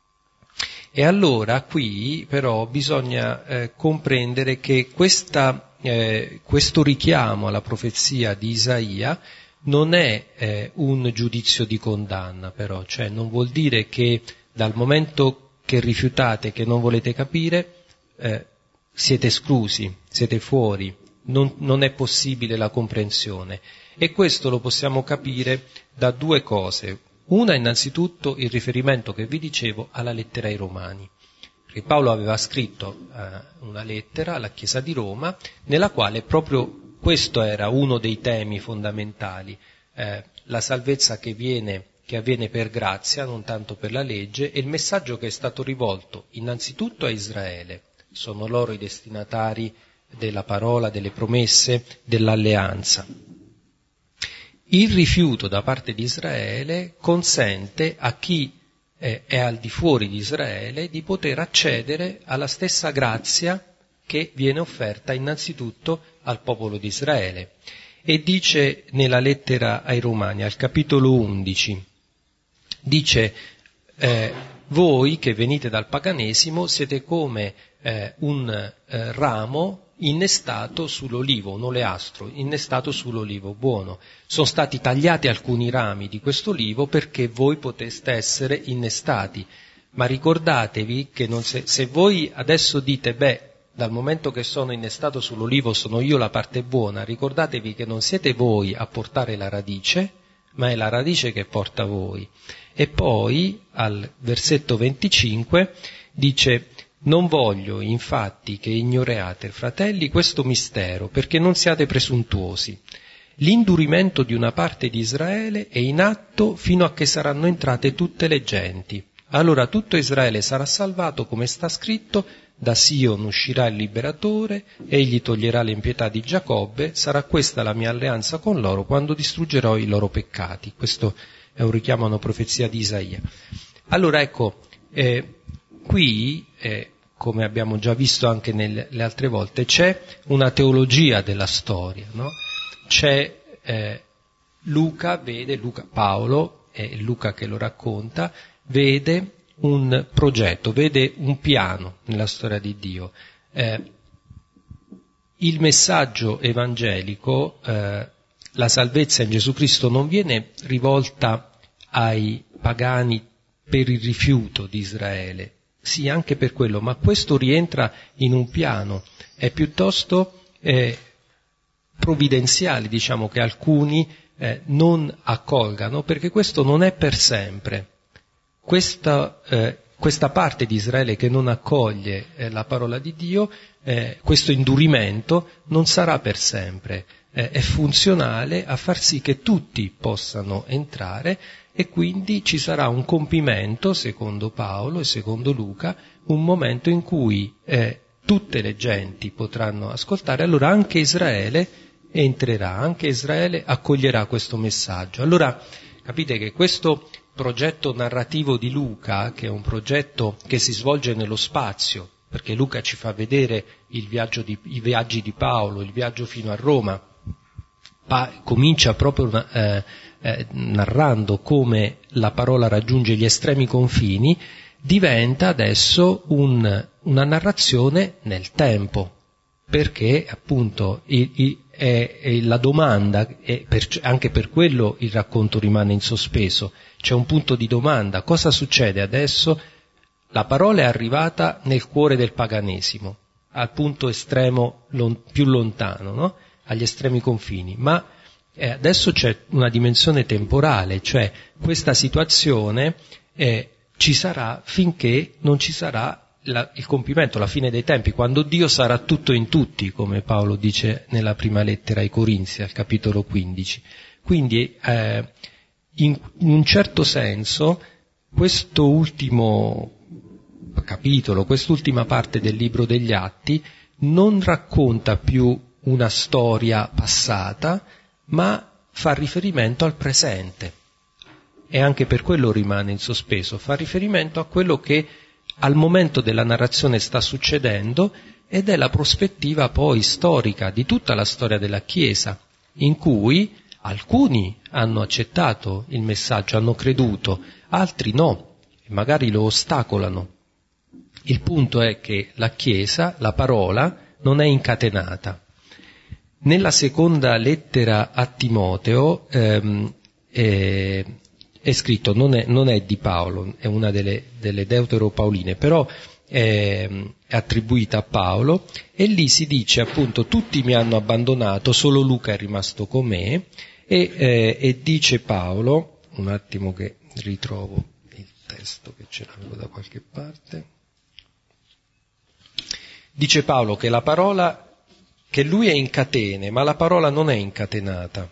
E allora qui però bisogna eh, comprendere che questa, eh, questo richiamo alla profezia di Isaia non è eh, un giudizio di condanna, però, cioè non vuol dire che dal momento che rifiutate, che non volete capire, eh, siete esclusi, siete fuori, non, non è possibile la comprensione. E questo lo possiamo capire da due cose. Una, innanzitutto, il riferimento che vi dicevo alla lettera ai Romani. Perché Paolo aveva scritto eh, una lettera alla Chiesa di Roma, nella quale proprio questo era uno dei temi fondamentali, eh, la salvezza che viene, che avviene per grazia, non tanto per la legge, e il messaggio che è stato rivolto innanzitutto a Israele. Sono loro i destinatari della parola, delle promesse, dell'alleanza. Il rifiuto da parte di Israele consente a chi eh, è al di fuori di Israele di poter accedere alla stessa grazia che viene offerta innanzitutto al popolo di Israele. E dice nella lettera ai Romani, al capitolo undici, dice eh, voi che venite dal paganesimo siete come eh, un eh, ramo innestato sull'olivo, un oleastro, innestato sull'olivo buono. Sono stati tagliati alcuni rami di questo olivo perché voi poteste essere innestati. Ma ricordatevi che non se, se voi adesso dite, beh, dal momento che sono innestato sull'olivo sono io la parte buona, ricordatevi che non siete voi a portare la radice, ma è la radice che porta voi. E poi, al versetto venticinque, dice: non voglio infatti che ignoriate, fratelli, questo mistero, perché non siate presuntuosi. L'indurimento di una parte di Israele è in atto fino a che saranno entrate tutte le genti. Allora tutto Israele sarà salvato, come sta scritto: da Sion uscirà il liberatore, egli toglierà l'impietà di Giacobbe, sarà questa la mia alleanza con loro quando distruggerò i loro peccati. Questo è un richiamo a una profezia di Isaia. Allora ecco, eh, qui, eh, come abbiamo già visto anche nelle le altre volte, c'è una teologia della storia, no? C'è eh, Luca, vede, Luca, Paolo, è Luca che lo racconta, vede un progetto, vede un piano nella storia di Dio. Eh, il messaggio evangelico, eh, la salvezza in Gesù Cristo non viene rivolta ai pagani per il rifiuto di Israele, sì, anche per quello, ma questo rientra in un piano, è piuttosto eh, provvidenziale, diciamo, che alcuni eh, non accolgano, perché questo non è per sempre. Questa, eh, questa parte di Israele che non accoglie eh, la parola di Dio, eh, questo indurimento non sarà per sempre, eh, è funzionale a far sì che tutti possano entrare, e quindi ci sarà un compimento, secondo Paolo e secondo Luca, un momento in cui eh, tutte le genti potranno ascoltare, allora anche Israele entrerà, anche Israele accoglierà questo messaggio. Allora capite che questo progetto narrativo di Luca, che è un progetto che si svolge nello spazio, perché Luca ci fa vedere il viaggio di, i viaggi di Paolo, il viaggio fino a Roma, pa, comincia proprio eh, eh, narrando come la parola raggiunge gli estremi confini, diventa adesso un, una narrazione nel tempo, perché appunto i, i, è, è la domanda, è per, anche per quello il racconto rimane in sospeso, c'è un punto di domanda: cosa succede adesso? La parola è arrivata nel cuore del paganesimo, al punto estremo lon, più lontano, no? Agli estremi confini, ma eh, adesso c'è una dimensione temporale, cioè questa situazione eh, ci sarà finché non ci sarà la, il compimento, la fine dei tempi, quando Dio sarà tutto in tutti, come Paolo dice nella prima lettera ai Corinzi, al capitolo quindici. Quindi eh, in, in un certo senso questo ultimo capitolo, quest'ultima parte del libro degli Atti non racconta più una storia passata, ma fa riferimento al presente. E anche per quello rimane in sospeso, fa riferimento a quello che al momento della narrazione sta succedendo, ed è la prospettiva poi storica di tutta la storia della Chiesa, in cui alcuni hanno accettato il messaggio, hanno creduto, altri no, e magari lo ostacolano. Il punto è che la Chiesa, la parola, non è incatenata. Nella seconda lettera a Timoteo ehm, eh, è scritto, non è, non è di Paolo, è una delle, delle deuteropauline, però è, è attribuita a Paolo, e lì si dice appunto: tutti mi hanno abbandonato, solo Luca è rimasto con me, e, eh, e dice Paolo, un attimo che ritrovo il testo che ce l'avevo da qualche parte, dice Paolo che la parola, che lui è in catene, ma la parola non è incatenata.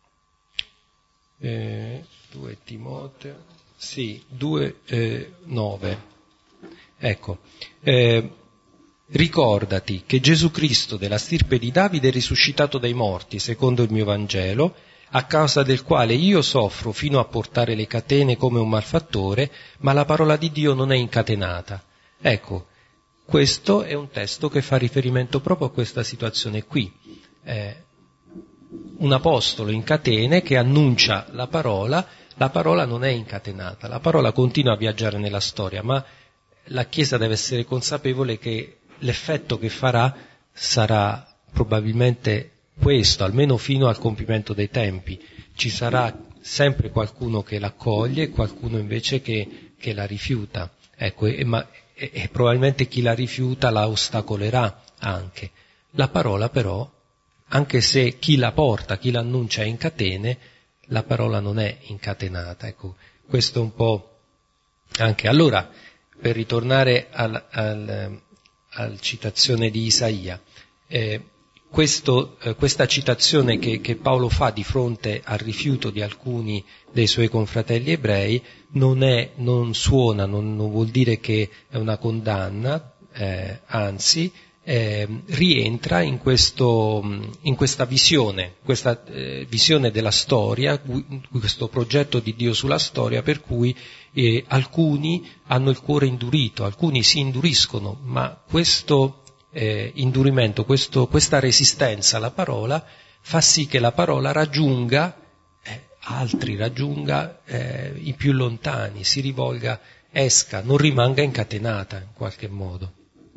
Eh, due Timoteo, sì, due nove. Ecco, eh, ricordati che Gesù Cristo della stirpe di Davide è risuscitato dai morti, secondo il mio Vangelo, a causa del quale io soffro fino a portare le catene come un malfattore, ma la parola di Dio non è incatenata. Ecco, questo è un testo che fa riferimento proprio a questa situazione qui. Eh, un apostolo in catene che annuncia la parola, la parola non è incatenata, la parola continua a viaggiare nella storia, ma la Chiesa deve essere consapevole che l'effetto che farà sarà probabilmente questo, almeno fino al compimento dei tempi. Ci sarà sempre qualcuno che l'accoglie e qualcuno invece che, che la rifiuta. Ecco, e, ma, e, e probabilmente chi la rifiuta la ostacolerà anche. La parola però, anche se chi la porta, chi l'annuncia è in catene, la parola non è incatenata. Ecco, questo è un po' anche. Allora, per ritornare al, al, al citazione di Isaia, eh, questo, eh, questa citazione che, che Paolo fa di fronte al rifiuto di alcuni dei suoi confratelli ebrei non è, non suona, non, non vuol dire che è una condanna, eh, anzi eh, rientra in, questo, in questa visione, questa eh, visione della storia, questo progetto di Dio sulla storia, per cui eh, alcuni hanno il cuore indurito, alcuni si induriscono, ma questo eh, indurimento, questo, questa resistenza alla parola fa sì che la parola raggiunga eh, altri, raggiunga eh, i più lontani, si rivolga, esca, non rimanga incatenata in qualche modo.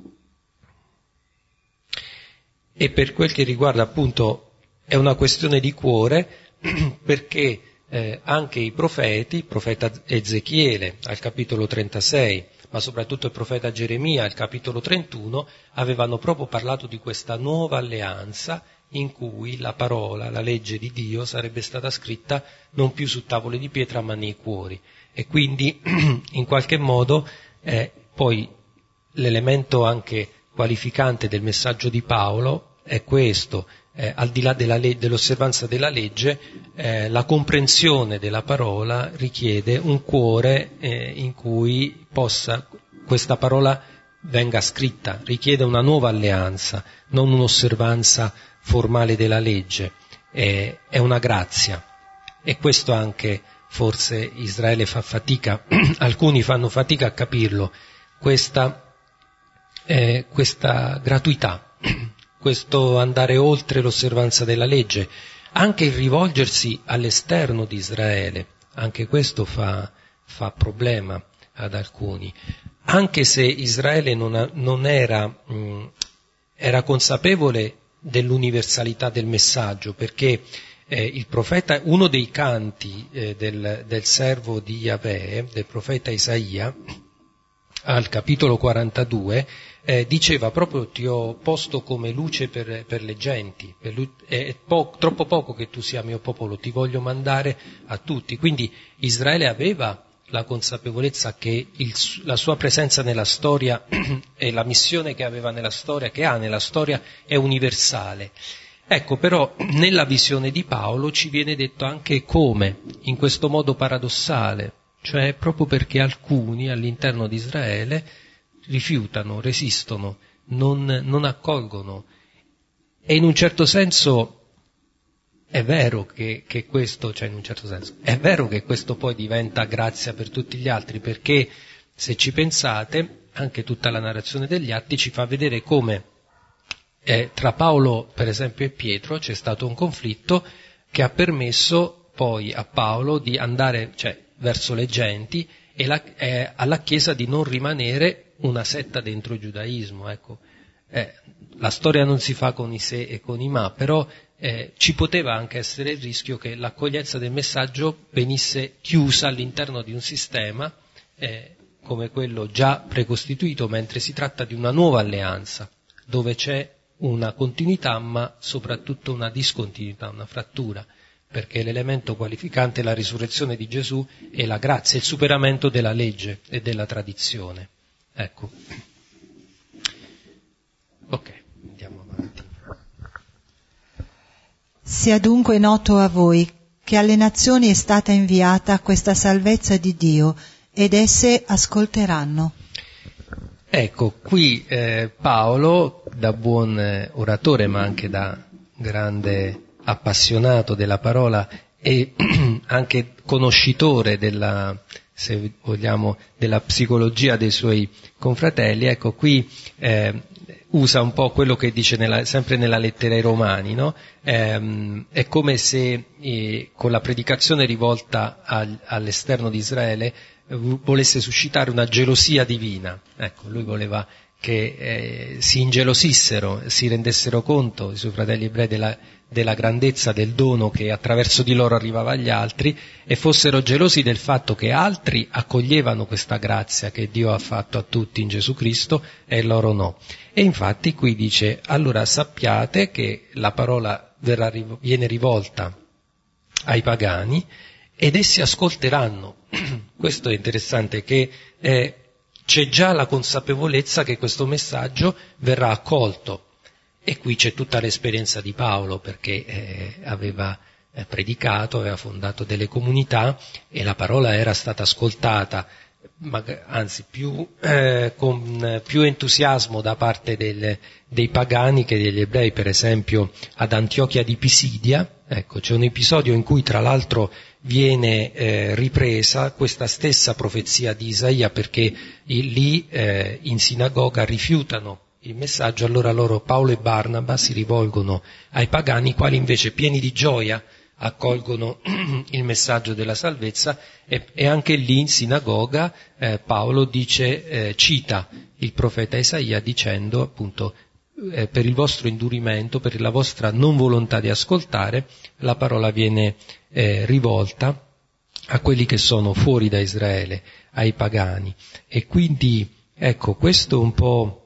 E per quel che riguarda appunto è una questione di cuore, perché eh, anche i profeti, il profeta Ezechiele al capitolo trentasei, ma soprattutto il profeta Geremia al capitolo trentuno, avevano proprio parlato di questa nuova alleanza in cui la parola, la legge di Dio sarebbe stata scritta non più su tavole di pietra ma nei cuori. E quindi in qualche modo eh, poi l'elemento anche qualificante del messaggio di Paolo è questo, eh, al di là della le- dell'osservanza della legge, eh, la comprensione della parola richiede un cuore eh, in cui possa questa parola venga scritta, richiede una nuova alleanza, non un'osservanza formale della legge, eh, è una grazia. E questo anche forse Israele fa fatica, alcuni fanno fatica a capirlo, questa Eh, questa gratuità, questo andare oltre l'osservanza della legge, anche il rivolgersi all'esterno di Israele, anche questo fa, fa problema ad alcuni, anche se Israele non, ha, non era, mh, era consapevole dell'universalità del messaggio, perché eh, il profeta, uno dei canti eh, del, del servo di Yahweh, del profeta Isaia, al capitolo quarantadue, eh, diceva proprio: ti ho posto come luce per, per le genti, per lu- è po- troppo poco che tu sia mio popolo, ti voglio mandare a tutti. Quindi Israele aveva la consapevolezza che il, la sua presenza nella storia e la missione che aveva nella storia, che ha nella storia, è universale. Ecco, però nella visione di Paolo ci viene detto anche come, in questo modo paradossale, cioè proprio perché alcuni all'interno di Israele rifiutano, resistono, non, non accolgono. E in un certo senso è vero che, che questo, cioè in un certo senso, è vero che questo poi diventa grazia per tutti gli altri, perché se ci pensate, anche tutta la narrazione degli Atti ci fa vedere come eh, tra Paolo, per esempio, e Pietro c'è stato un conflitto che ha permesso poi a Paolo di andare, cioè, verso le genti e la, eh, alla Chiesa di non rimanere una setta dentro il giudaismo, ecco. Eh, la storia non si fa con i se e con i ma, però eh, ci poteva anche essere il rischio che l'accoglienza del messaggio venisse chiusa all'interno di un sistema eh, come quello già precostituito, mentre si tratta di una nuova alleanza, dove c'è una continuità ma soprattutto una discontinuità, una frattura, perché l'elemento qualificante è la risurrezione di Gesù e la grazia, il superamento della legge e della tradizione. Ecco. Ok, andiamo avanti. Sia dunque noto a voi che alle nazioni è stata inviata questa salvezza di Dio ed esse ascolteranno. Ecco, qui eh, Paolo, da buon eh, oratore ma anche da grande appassionato della parola e anche conoscitore della, se vogliamo, della psicologia dei suoi confratelli, ecco qui eh, usa un po' quello che dice nella, sempre nella lettera ai Romani, no? Eh, è come se eh, con la predicazione rivolta al, all'esterno di Israele eh, volesse suscitare una gelosia divina. Ecco, lui voleva che eh, si ingelosissero, si rendessero conto, i suoi fratelli ebrei, della, della grandezza del dono che attraverso di loro arrivava agli altri e fossero gelosi del fatto che altri accoglievano questa grazia che Dio ha fatto a tutti in Gesù Cristo e loro no. E infatti qui dice, allora sappiate che la parola verrà, viene rivolta ai pagani ed essi ascolteranno. Questo è interessante, che eh, c'è già la consapevolezza che questo messaggio verrà accolto. E qui c'è tutta l'esperienza di Paolo, perché eh, aveva eh, predicato, aveva fondato delle comunità e la parola era stata ascoltata, ma, anzi più, eh, con più entusiasmo da parte del, dei pagani che degli ebrei. Per esempio ad Antiochia di Pisidia, ecco, c'è un episodio in cui tra l'altro viene eh, ripresa questa stessa profezia di Isaia, perché lì eh, in sinagoga rifiutano il messaggio, allora loro, Paolo e Barnaba, si rivolgono ai pagani, i quali invece pieni di gioia accolgono il messaggio della salvezza e, e anche lì in sinagoga eh, Paolo dice, eh, cita il profeta Isaia dicendo appunto eh, per il vostro indurimento, per la vostra non volontà di ascoltare, la parola viene eh, rivolta a quelli che sono fuori da Israele, ai pagani. E quindi ecco, questo un po'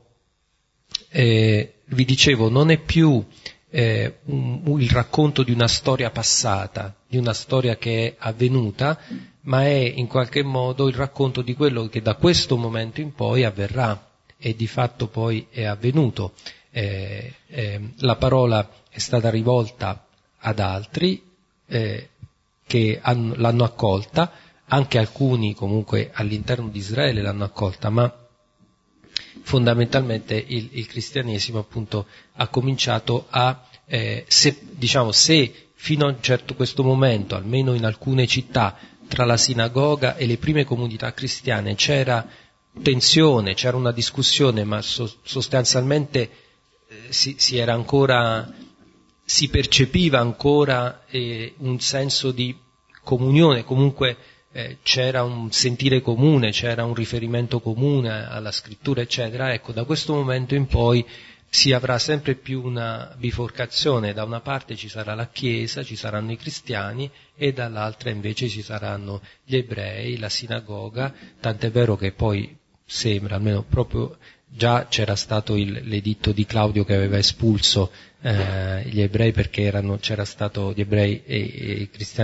Eh, vi dicevo, non è più eh, un, un, il racconto di una storia passata, di una storia che è avvenuta, ma è in qualche modo il racconto di quello che da questo momento in poi avverrà, e di fatto poi è avvenuto. Eh, eh, la parola è stata rivolta ad altri eh, che hanno, l'hanno accolta, anche alcuni comunque all'interno di Israele l'hanno accolta, ma fondamentalmente il, il cristianesimo appunto ha cominciato a, eh, se, diciamo, se fino a un certo questo momento, almeno in alcune città, tra la sinagoga e le prime comunità cristiane c'era tensione, c'era una discussione, ma so, sostanzialmente eh, si, si era ancora, si percepiva ancora eh, un senso di comunione, comunque Eh, c'era un sentire comune, c'era un riferimento comune alla scrittura, eccetera. Ecco, da questo momento in poi si avrà sempre più una biforcazione, da una parte ci sarà la Chiesa, ci saranno i cristiani e dall'altra invece ci saranno gli ebrei, la sinagoga, tant'è vero che poi sembra, almeno proprio già c'era stato il, l'editto di Claudio che aveva espulso eh, gli ebrei, perché erano, c'era stato gli ebrei e, e i cristiani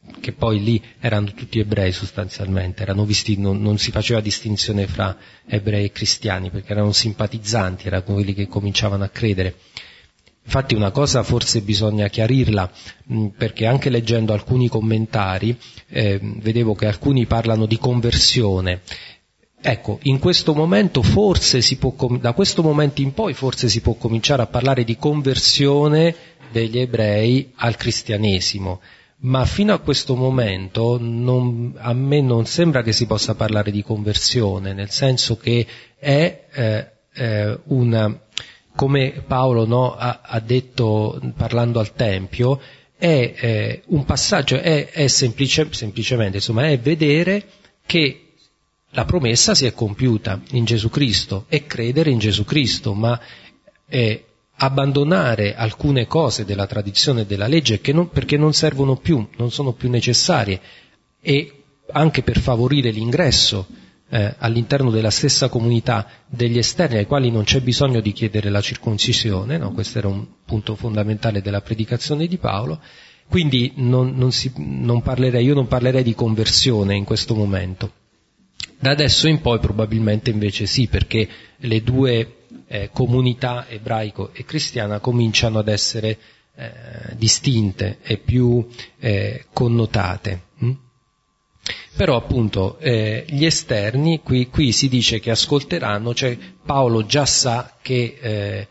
che poi lì erano tutti ebrei sostanzialmente, erano visti, non, non si faceva distinzione fra ebrei e cristiani, perché erano simpatizzanti, erano quelli che cominciavano a credere. Infatti una cosa forse bisogna chiarirla, mh, perché anche leggendo alcuni commentari eh, vedevo che alcuni parlano di conversione. Ecco, in questo momento forse si può, da questo momento in poi forse si può cominciare a parlare di conversione degli ebrei al cristianesimo, ma fino a questo momento non, a me non sembra che si possa parlare di conversione, nel senso che è eh, eh, una, come Paolo no, ha, ha detto parlando al Tempio, è eh, un passaggio, è, è semplice, semplicemente insomma, è vedere che la promessa si è compiuta in Gesù Cristo e credere in Gesù Cristo, ma eh, abbandonare alcune cose della tradizione e della legge che non, perché non servono più, non sono più necessarie, e anche per favorire l'ingresso eh, all'interno della stessa comunità degli esterni ai quali non c'è bisogno di chiedere la circoncisione, no? Questo era un punto fondamentale della predicazione di Paolo. Quindi non, non si, non parlerei, io non parlerei di conversione in questo momento. Da adesso in poi probabilmente invece sì, perché le due eh, comunità ebraico e cristiana cominciano ad essere eh, distinte e più eh, connotate. Mm? Però appunto eh, gli esterni, qui, qui si dice che ascolteranno, cioè Paolo già sa che eh,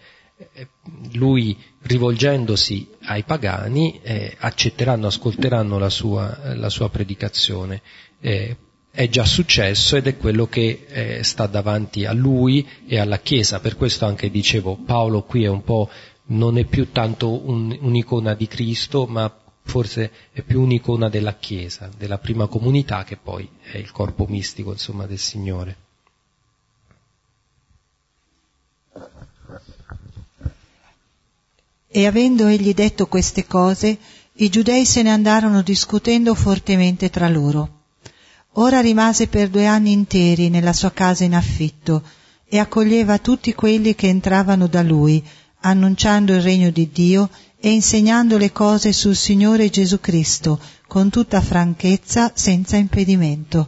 lui rivolgendosi ai pagani eh, accetteranno, ascolteranno la sua, la sua predicazione. Eh, È già successo ed è quello che eh, sta davanti a lui e alla Chiesa. Per questo anche dicevo, Paolo qui è un po', non è più tanto un, un'icona di Cristo, ma forse è più un'icona della Chiesa, della prima comunità, che poi è il corpo mistico, insomma, del Signore. E avendo egli detto queste cose, i giudei se ne andarono discutendo fortemente tra loro. Ora rimase per due anni interi nella sua casa in affitto e accoglieva tutti quelli che entravano da lui, annunciando il regno di Dio e insegnando le cose sul Signore Gesù Cristo con tutta franchezza, senza impedimento.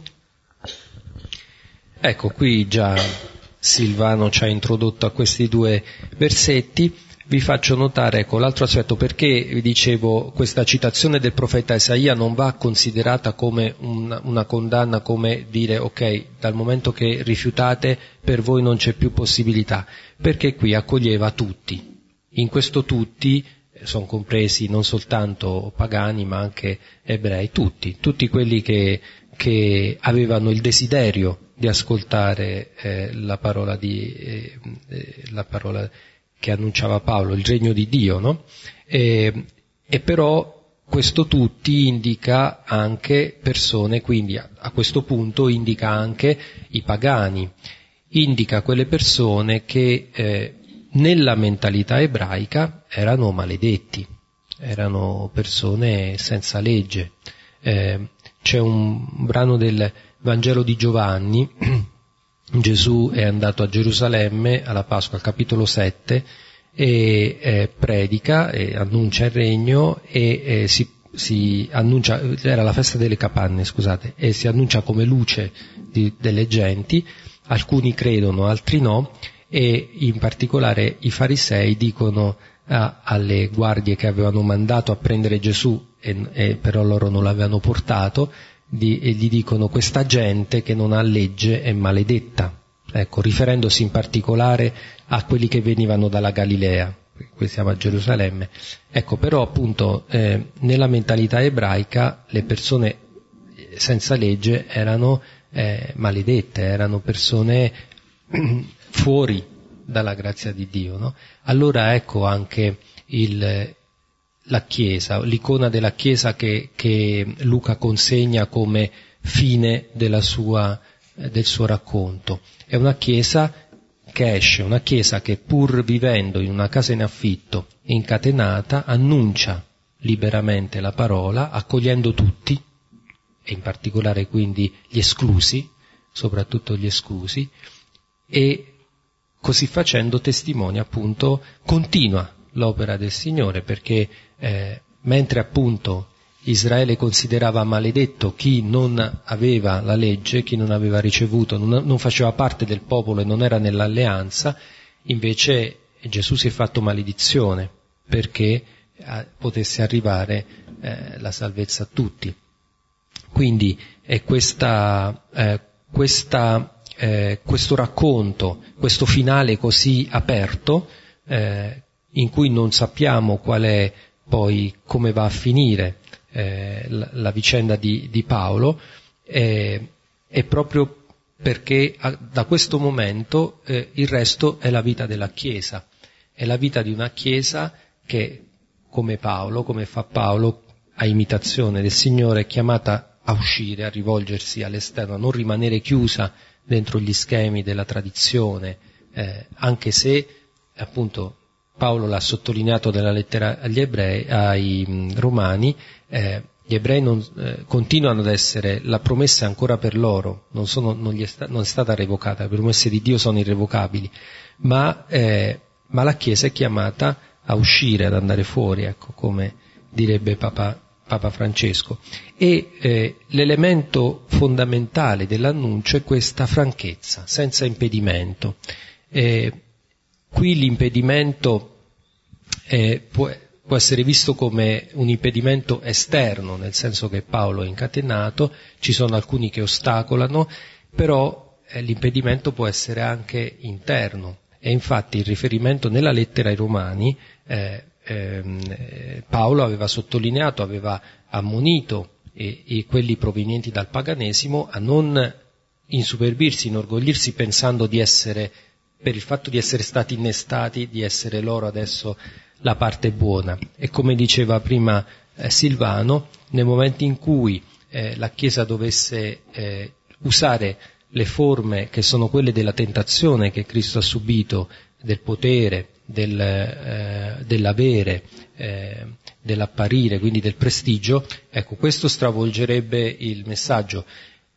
Ecco, qui già Silvano ci ha introdotto a questi due versetti. Vi faccio notare, ecco, l'altro aspetto, perché vi dicevo, questa citazione del profeta Isaia non va considerata come una, una condanna, come dire, ok, dal momento che rifiutate, per voi non c'è più possibilità, perché qui accoglieva tutti. In questo tutti sono compresi non soltanto pagani, ma anche ebrei, tutti, tutti quelli che, che avevano il desiderio di ascoltare eh, la parola di, eh, la parola che annunciava Paolo, il regno di Dio, no? E, e però questo tutti indica anche persone, quindi a, a questo punto indica anche i pagani, indica quelle persone che eh, nella mentalità ebraica erano maledetti, erano persone senza legge. Eh, c'è un brano del Vangelo di Giovanni. Gesù è andato a Gerusalemme alla Pasqua, al capitolo sette, e eh, predica e annuncia il regno e eh, si, si annuncia, era la festa delle capanne, scusate, e si annuncia come luce di, delle genti. Alcuni credono, altri no, e in particolare i farisei dicono a, alle guardie che avevano mandato a prendere Gesù e, e però loro non l'avevano portato, Di, e gli dicono: questa gente che non ha legge è maledetta, ecco, riferendosi in particolare a quelli che venivano dalla Galilea, qui siamo a Gerusalemme. Ecco, però appunto eh, nella mentalità ebraica le persone senza legge erano eh, maledette, erano persone fuori dalla grazia di Dio, no? Allora ecco anche il la Chiesa, l'icona della Chiesa che, che Luca consegna come fine della sua, del suo racconto. È una Chiesa che esce, una Chiesa che pur vivendo in una casa in affitto, incatenata, annuncia liberamente la parola, accogliendo tutti, e in particolare quindi gli esclusi, soprattutto gli esclusi, e così facendo testimonia appunto, continua l'opera del Signore, perché eh, mentre appunto Israele considerava maledetto chi non aveva la legge, chi non aveva ricevuto, non, non faceva parte del popolo e non era nell'alleanza, invece Gesù si è fatto maledizione perché eh, potesse arrivare eh, la salvezza a tutti. Quindi è questa, eh, questa, eh, questo racconto, questo finale così aperto, eh, in cui non sappiamo qual è poi, come va a finire eh, la, la vicenda di, di Paolo, eh, è proprio perché a, da questo momento eh, il resto è la vita della Chiesa, è la vita di una Chiesa che, come Paolo, come fa Paolo, a imitazione del Signore, è chiamata a uscire, a rivolgersi all'esterno, a non rimanere chiusa dentro gli schemi della tradizione, eh, anche se, appunto, Paolo l'ha sottolineato nella lettera agli ebrei, ai mh, romani, eh, gli ebrei non, eh, continuano ad essere, la promessa è ancora per loro, non, sono, non, gli è sta, non è stata revocata, le promesse di Dio sono irrevocabili, ma, eh, ma la Chiesa è chiamata a uscire, ad andare fuori, ecco, come direbbe Papa, Papa Francesco. E eh, l'elemento fondamentale dell'annuncio è questa franchezza, senza impedimento. Eh, Qui l'impedimento eh, può, può essere visto come un impedimento esterno, nel senso che Paolo è incatenato, ci sono alcuni che ostacolano, però eh, l'impedimento può essere anche interno. E infatti il riferimento nella lettera ai Romani, eh, eh, Paolo aveva sottolineato, aveva ammonito e, e quelli provenienti dal paganesimo a non insuperbirsi, inorgoglirsi pensando di essere, per il fatto di essere stati innestati, di essere loro adesso la parte buona. E come diceva prima eh, Silvano, nel momento in cui eh, la Chiesa dovesse eh, usare le forme che sono quelle della tentazione che Cristo ha subito, del potere, del, eh, dell'avere, eh, dell'apparire, quindi del prestigio, ecco, questo stravolgerebbe il messaggio.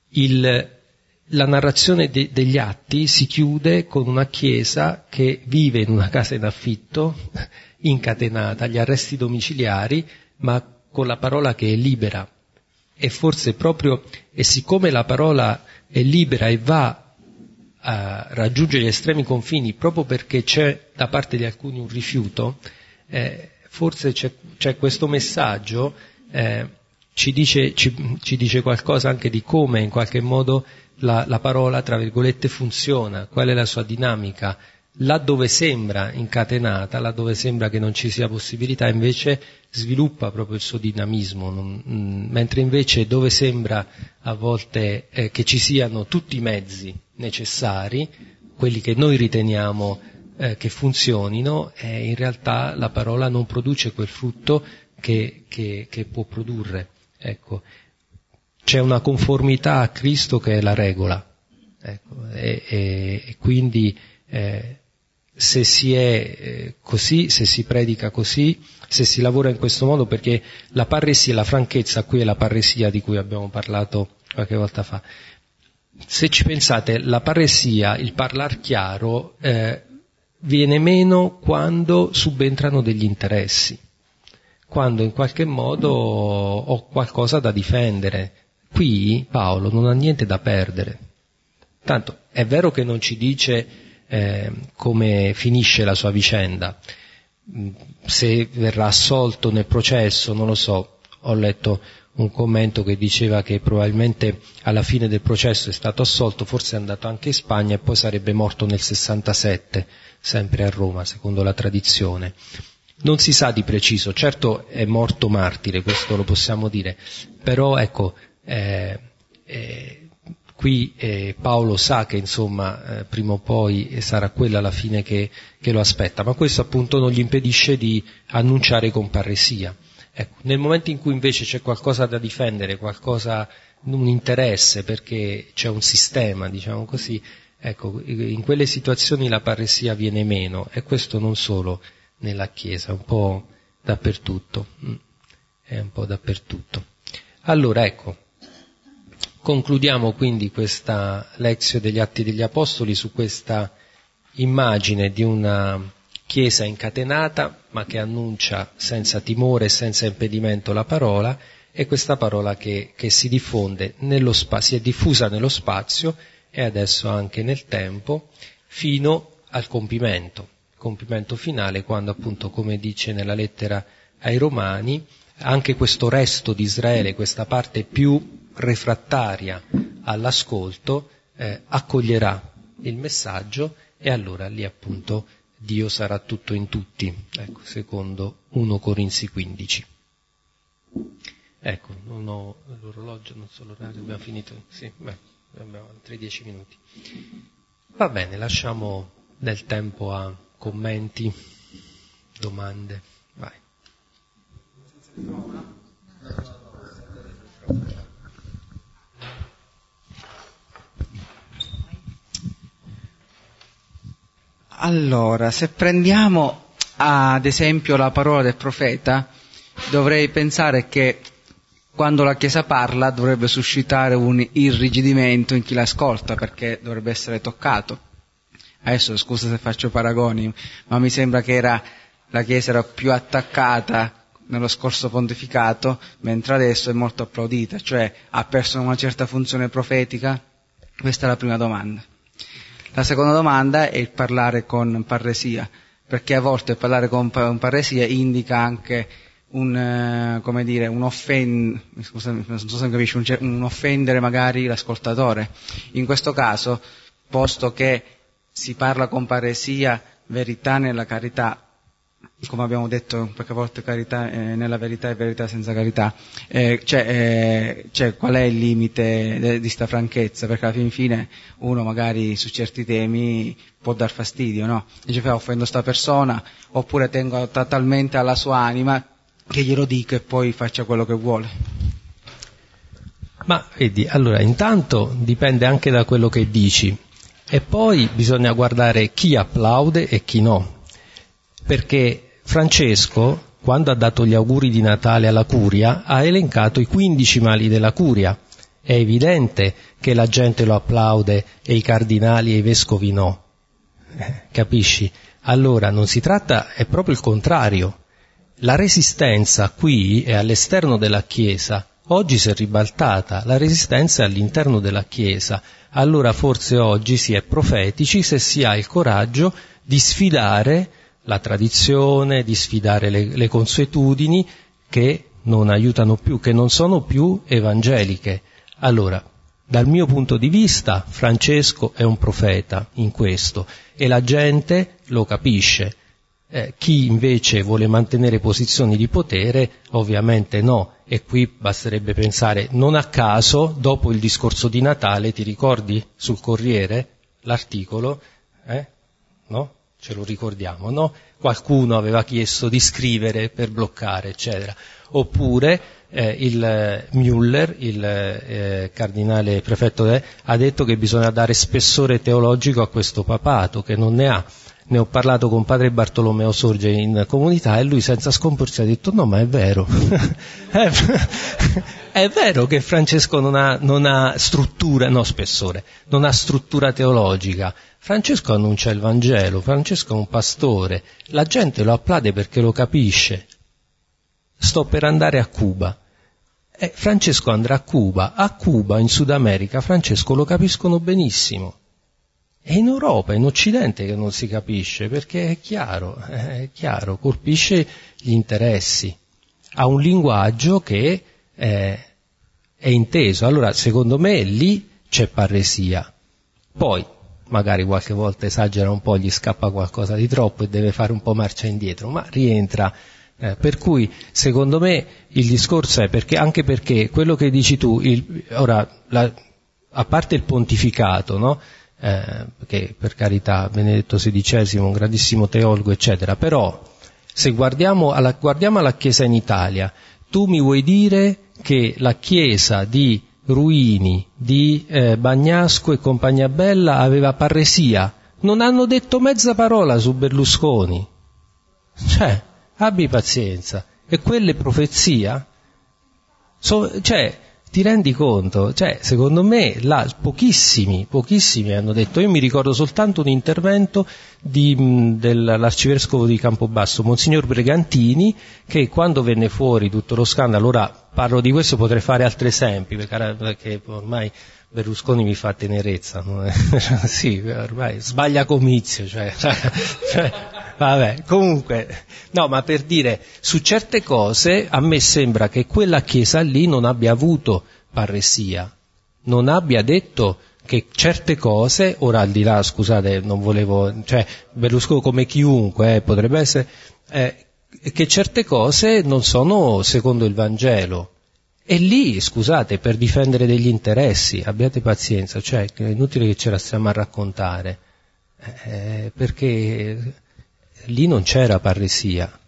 Il La narrazione de- degli atti si chiude con una Chiesa che vive in una casa in affitto, incatenata, agli arresti domiciliari, ma con la parola che è libera. E forse proprio, e siccome la parola è libera e va a raggiungere gli estremi confini, proprio perché c'è da parte di alcuni un rifiuto, eh, forse c'è, c'è questo messaggio, eh, ci dice, ci, ci dice qualcosa anche di come in qualche modo La, la parola, tra virgolette, funziona, qual è la sua dinamica. Laddove sembra incatenata, laddove sembra che non ci sia possibilità, invece sviluppa proprio il suo dinamismo, non, mh, mentre invece dove sembra a volte eh, che ci siano tutti i mezzi necessari, quelli che noi riteniamo eh, che funzionino, eh, in realtà la parola non produce quel frutto che, che, che può produrre. Ecco. C'è una conformità a Cristo che è la regola, ecco, e, e, e quindi eh, se si è eh, così, se si predica così, se si lavora in questo modo, perché la parresia, la franchezza qui è la parresia di cui abbiamo parlato qualche volta fa. Se ci pensate, la parresia, il parlar chiaro, eh, viene meno quando subentrano degli interessi, quando in qualche modo ho qualcosa da difendere. Qui Paolo non ha niente da perdere. Tanto è vero che non ci dice eh, come finisce la sua vicenda, se verrà assolto nel processo, non lo so. Ho letto un commento che diceva che probabilmente alla fine del processo è stato assolto, forse è andato anche in Spagna e poi sarebbe morto nel sessantasette, sempre a Roma, secondo la tradizione. Non si sa di preciso, certo è morto martire, questo lo possiamo dire, però ecco, Eh, eh, qui eh, Paolo sa che insomma eh, prima o poi sarà quella la fine che, che lo aspetta, ma questo appunto non gli impedisce di annunciare con parresia. Ecco, nel momento in cui invece c'è qualcosa da difendere, qualcosa, un interesse, perché c'è un sistema, diciamo così, ecco, in quelle situazioni la parresia viene meno, e questo non solo nella Chiesa, un po' dappertutto, è un po' dappertutto. Allora ecco, concludiamo quindi questa lezione degli Atti degli Apostoli su questa immagine di una Chiesa incatenata, ma che annuncia senza timore e senza impedimento la parola, è questa parola che, che si diffonde nello spazio, si è diffusa nello spazio e adesso anche nel tempo, fino al compimento, compimento finale, quando appunto, come dice nella lettera ai Romani, anche questo resto di Israele, questa parte più refrattaria all'ascolto, eh, accoglierà il messaggio e allora lì appunto Dio sarà tutto in tutti, ecco, secondo primo Corinzi quindici. Ecco, non ho l'orologio, non so l'orario, abbiamo finito, sì, beh, abbiamo altri dieci minuti. Va bene, lasciamo del tempo a commenti, domande, vai. Allora, se prendiamo ad esempio la parola del profeta, dovrei pensare che quando la Chiesa parla dovrebbe suscitare un irrigidimento in chi l'ascolta, perché dovrebbe essere toccato. Adesso scusa se faccio paragoni, ma mi sembra che era, la Chiesa era più attaccata nello scorso pontificato, mentre adesso è molto applaudita, cioè ha perso una certa funzione profetica? Questa è la prima domanda. La seconda domanda è il parlare con parresia, perché a volte parlare con parresia indica anche un, come dire, un offend, scusami, non so se capisci, un, un offendere magari l'ascoltatore. In questo caso, posto che si parla con parresia, verità nella carità, come abbiamo detto perché a volte carità eh, nella verità e verità senza carità, eh, cioè, eh, cioè qual è il limite de, di sta franchezza, perché alla fin fine uno magari su certi temi può dar fastidio, no? Dice, fa, offendo sta persona, oppure tengo t- talmente alla sua anima che glielo dico e poi faccia quello che vuole. Ma vedi, allora intanto dipende anche da quello che dici e poi bisogna guardare chi applaude e chi no, perché Francesco, quando ha dato gli auguri di Natale alla Curia, ha elencato i quindici mali della Curia. È evidente che la gente lo applaude e i cardinali e i vescovi no. Eh, capisci? Allora non si tratta, è proprio il contrario. La resistenza qui è all'esterno della Chiesa. Oggi si è ribaltata, la resistenza è all'interno della Chiesa. Allora forse oggi si è profetici se si ha il coraggio di sfidare la tradizione, di sfidare le, le consuetudini che non aiutano più, che non sono più evangeliche. Allora, dal mio punto di vista, Francesco è un profeta in questo e la gente lo capisce. Eh, chi invece vuole mantenere posizioni di potere, ovviamente no. E qui basterebbe pensare, non a caso, dopo il discorso di Natale, ti ricordi sul Corriere l'articolo? Eh? No? Ce lo ricordiamo, no? Qualcuno aveva chiesto di scrivere per bloccare, eccetera. Oppure eh, il eh, Müller, il eh, cardinale prefetto, de, ha detto che bisogna dare spessore teologico a questo papato, che non ne ha. Ne ho parlato con padre Bartolomeo Sorge in comunità e lui senza scomporsi ha detto no, ma è vero. è, è vero che Francesco non ha, non ha struttura, no spessore, non ha struttura teologica. Francesco annuncia il Vangelo, Francesco è un pastore, la gente lo applaude perché lo capisce. Sto per andare a Cuba. Eh, Francesco andrà a Cuba, a Cuba, in Sud America, Francesco lo capiscono benissimo. È in Europa, in Occidente che non si capisce, perché è chiaro, è chiaro, colpisce gli interessi. Ha un linguaggio che è, è inteso. Allora, secondo me, lì c'è parresia. Poi, magari qualche volta esagera un po', gli scappa qualcosa di troppo e deve fare un po' marcia indietro, ma rientra. Eh, per cui, secondo me, il discorso è perché, anche perché quello che dici tu, il, ora, la, a parte il pontificato, no? Eh, che per carità Benedetto sedicesimo, un grandissimo teologo eccetera, però se guardiamo alla, guardiamo alla Chiesa in Italia, tu mi vuoi dire che la Chiesa di Ruini, di eh, Bagnasco e compagnia bella aveva parresia? Non hanno detto mezza parola su Berlusconi, cioè abbi pazienza. E quelle profezia? So, cioè Ti rendi conto? Cioè, secondo me, là, pochissimi, pochissimi hanno detto. Io mi ricordo soltanto un intervento di, mh, dell'arcivescovo di Campobasso, Monsignor Bregantini, che quando venne fuori tutto lo scandalo, ora parlo di questo, potrei fare altri esempi, perché, perché ormai Berlusconi mi fa tenerezza, no? Sì, ormai sbaglia comizio, cioè, cioè, vabbè, comunque, no, ma per dire, su certe cose a me sembra che quella chiesa lì non abbia avuto parresia, non abbia detto che certe cose, ora al di là, scusate, non volevo, cioè Berlusconi come chiunque, eh, potrebbe essere, eh, che certe cose non sono secondo il Vangelo. E lì, scusate, per difendere degli interessi, abbiate pazienza, cioè è inutile che ce la stiamo a raccontare, eh, perché lì non c'era parresia.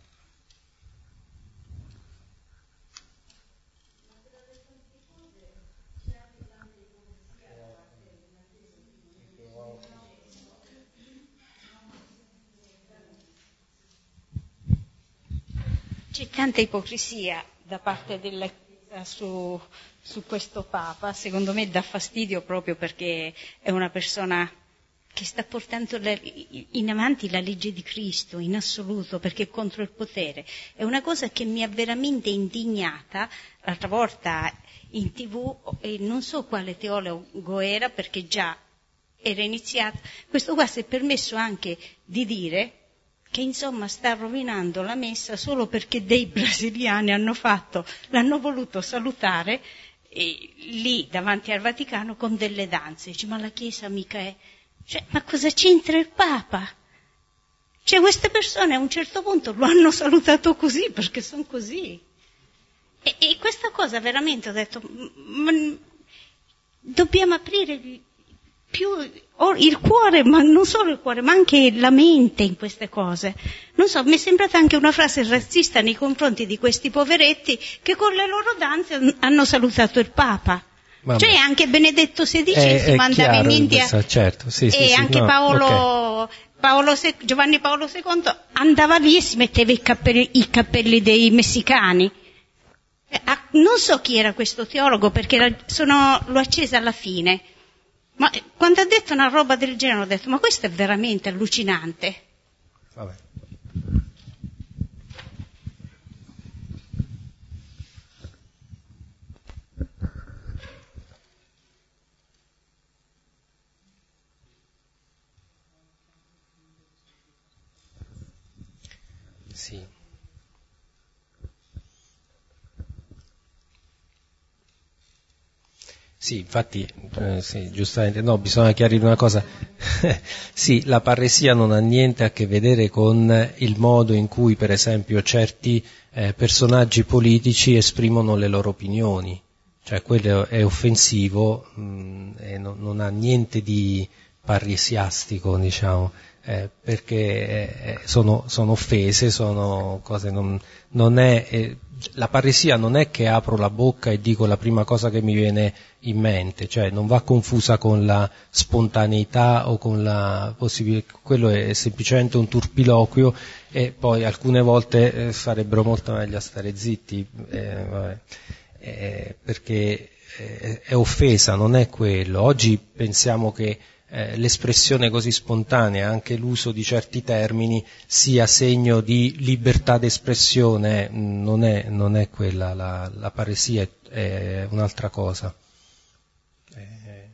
C'è tanta ipocrisia da parte della Su, su questo Papa, secondo me dà fastidio proprio perché è una persona che sta portando la, in avanti la legge di Cristo in assoluto, perché è contro il potere. È una cosa che mi ha veramente indignata l'altra volta in tv, e non so quale teologo era, perché già era iniziato. Questo qua si è permesso anche di dire che insomma sta rovinando la messa solo perché dei brasiliani hanno fatto, l'hanno voluto salutare eh, lì davanti al Vaticano con delle danze. Dice, ma la Chiesa mica è... Cioè, ma cosa c'entra il Papa? Cioè, queste persone a un certo punto lo hanno salutato così, perché sono così. E, e questa cosa veramente ho detto, ma, dobbiamo aprire più il cuore, ma non solo il cuore, ma anche la mente in queste cose. Non so, mi è sembrata anche una frase razzista nei confronti di questi poveretti che con le loro danze hanno salutato il Papa. Vabbè. Cioè anche Benedetto sedicesimo andava in India, questo, certo, sì, sì, e sì, anche no, Paolo, okay. Paolo Giovanni Paolo secondo andava lì e si metteva i cappelli, i cappelli dei messicani. Non so chi era questo teologo, perché sono, l'ho accesa alla fine. Ma quando ha detto una roba del genere ho detto, ma questo è veramente allucinante. Vabbè. Sì. Sì, infatti, eh, sì, giustamente, no, bisogna chiarire una cosa. Sì, la parresia non ha niente a che vedere con il modo in cui, per esempio, certi eh, personaggi politici esprimono le loro opinioni. Cioè, quello è offensivo mh, e non, non ha niente di parresiastico, diciamo, eh, perché eh, sono, sono offese, sono cose, non, non è... Eh, la parresia non è che apro la bocca e dico la prima cosa che mi viene in mente, cioè non va confusa con la spontaneità o con la possibilità, quello è semplicemente un turpiloquio e poi alcune volte eh, farebbero molto meglio a stare zitti, eh, vabbè, eh, perché eh, è offesa, non è quello. Oggi pensiamo che Eh, l'espressione così spontanea, anche l'uso di certi termini, sia segno di libertà d'espressione, non è, non è quella, la, la parresia è, è un'altra cosa. Eh,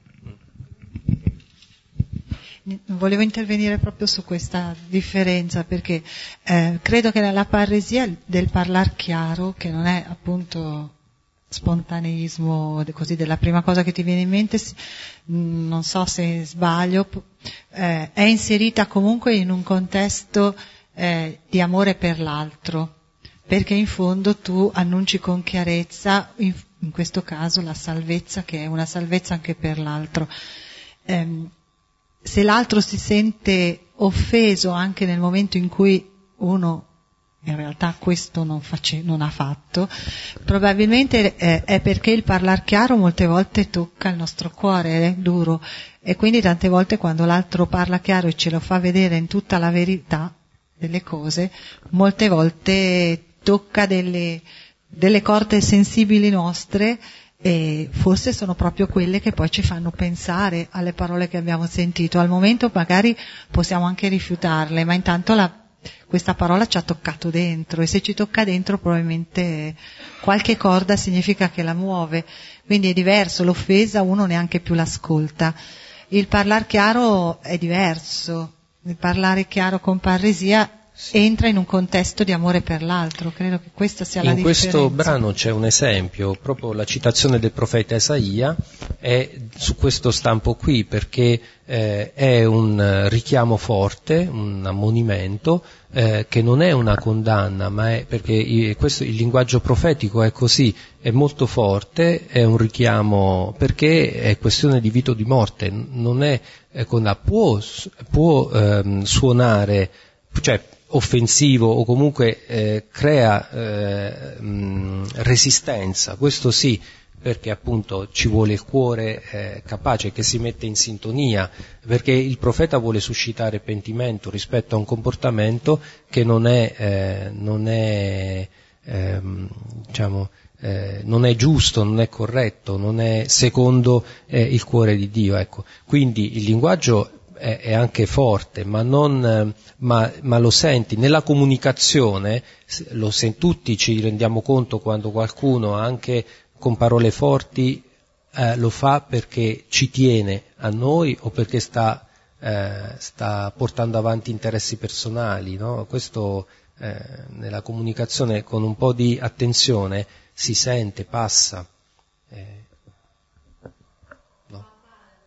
Volevo intervenire proprio su questa differenza, perché eh, credo che nella parresia del parlar chiaro, che non è appunto spontaneismo così della prima cosa che ti viene in mente, non so se sbaglio, eh, è inserita comunque in un contesto eh, di amore per l'altro, perché in fondo tu annunci con chiarezza, in, in questo caso, la salvezza, che è una salvezza anche per l'altro. Eh, se l'altro si sente offeso anche nel momento in cui uno in realtà questo non, face, non ha fatto, probabilmente eh, è perché il parlar chiaro molte volte tocca il nostro cuore, è duro, e quindi tante volte quando l'altro parla chiaro e ce lo fa vedere in tutta la verità delle cose, molte volte tocca delle, delle corde sensibili nostre, e forse sono proprio quelle che poi ci fanno pensare alle parole che abbiamo sentito. Al momento magari possiamo anche rifiutarle, ma intanto la, questa parola ci ha toccato dentro, e se ci tocca dentro probabilmente qualche corda significa che la muove, quindi è diverso. L'offesa uno neanche più l'ascolta. Il parlare chiaro è diverso, il parlare chiaro con parresia sì. entra in un contesto di amore per l'altro, credo che questa sia la in differenza. In questo brano c'è un esempio, proprio la citazione del profeta Isaia è su questo stampo qui, perché eh, è un richiamo forte, un ammonimento, eh, che non è una condanna, ma è perché questo, il linguaggio profetico è così, è molto forte, è un richiamo, perché è questione di vita o di morte, non è eh, condanna, può, può ehm, suonare, cioè offensivo o comunque eh, crea eh, mh, resistenza, questo sì, perché appunto ci vuole il cuore eh, capace, che si mette in sintonia, perché il profeta vuole suscitare pentimento rispetto a un comportamento che non è, eh, non è ehm, diciamo, eh, non è giusto, non è corretto, non è secondo eh, il cuore di Dio, ecco. Quindi il linguaggio è, è anche forte, ma, non, ma, ma lo senti nella comunicazione, lo senti, tutti ci rendiamo conto quando qualcuno anche con parole forti eh, lo fa perché ci tiene a noi o perché sta, eh, sta portando avanti interessi personali, no? Questo eh, nella comunicazione con un po' di attenzione si sente, passa. Eh, no.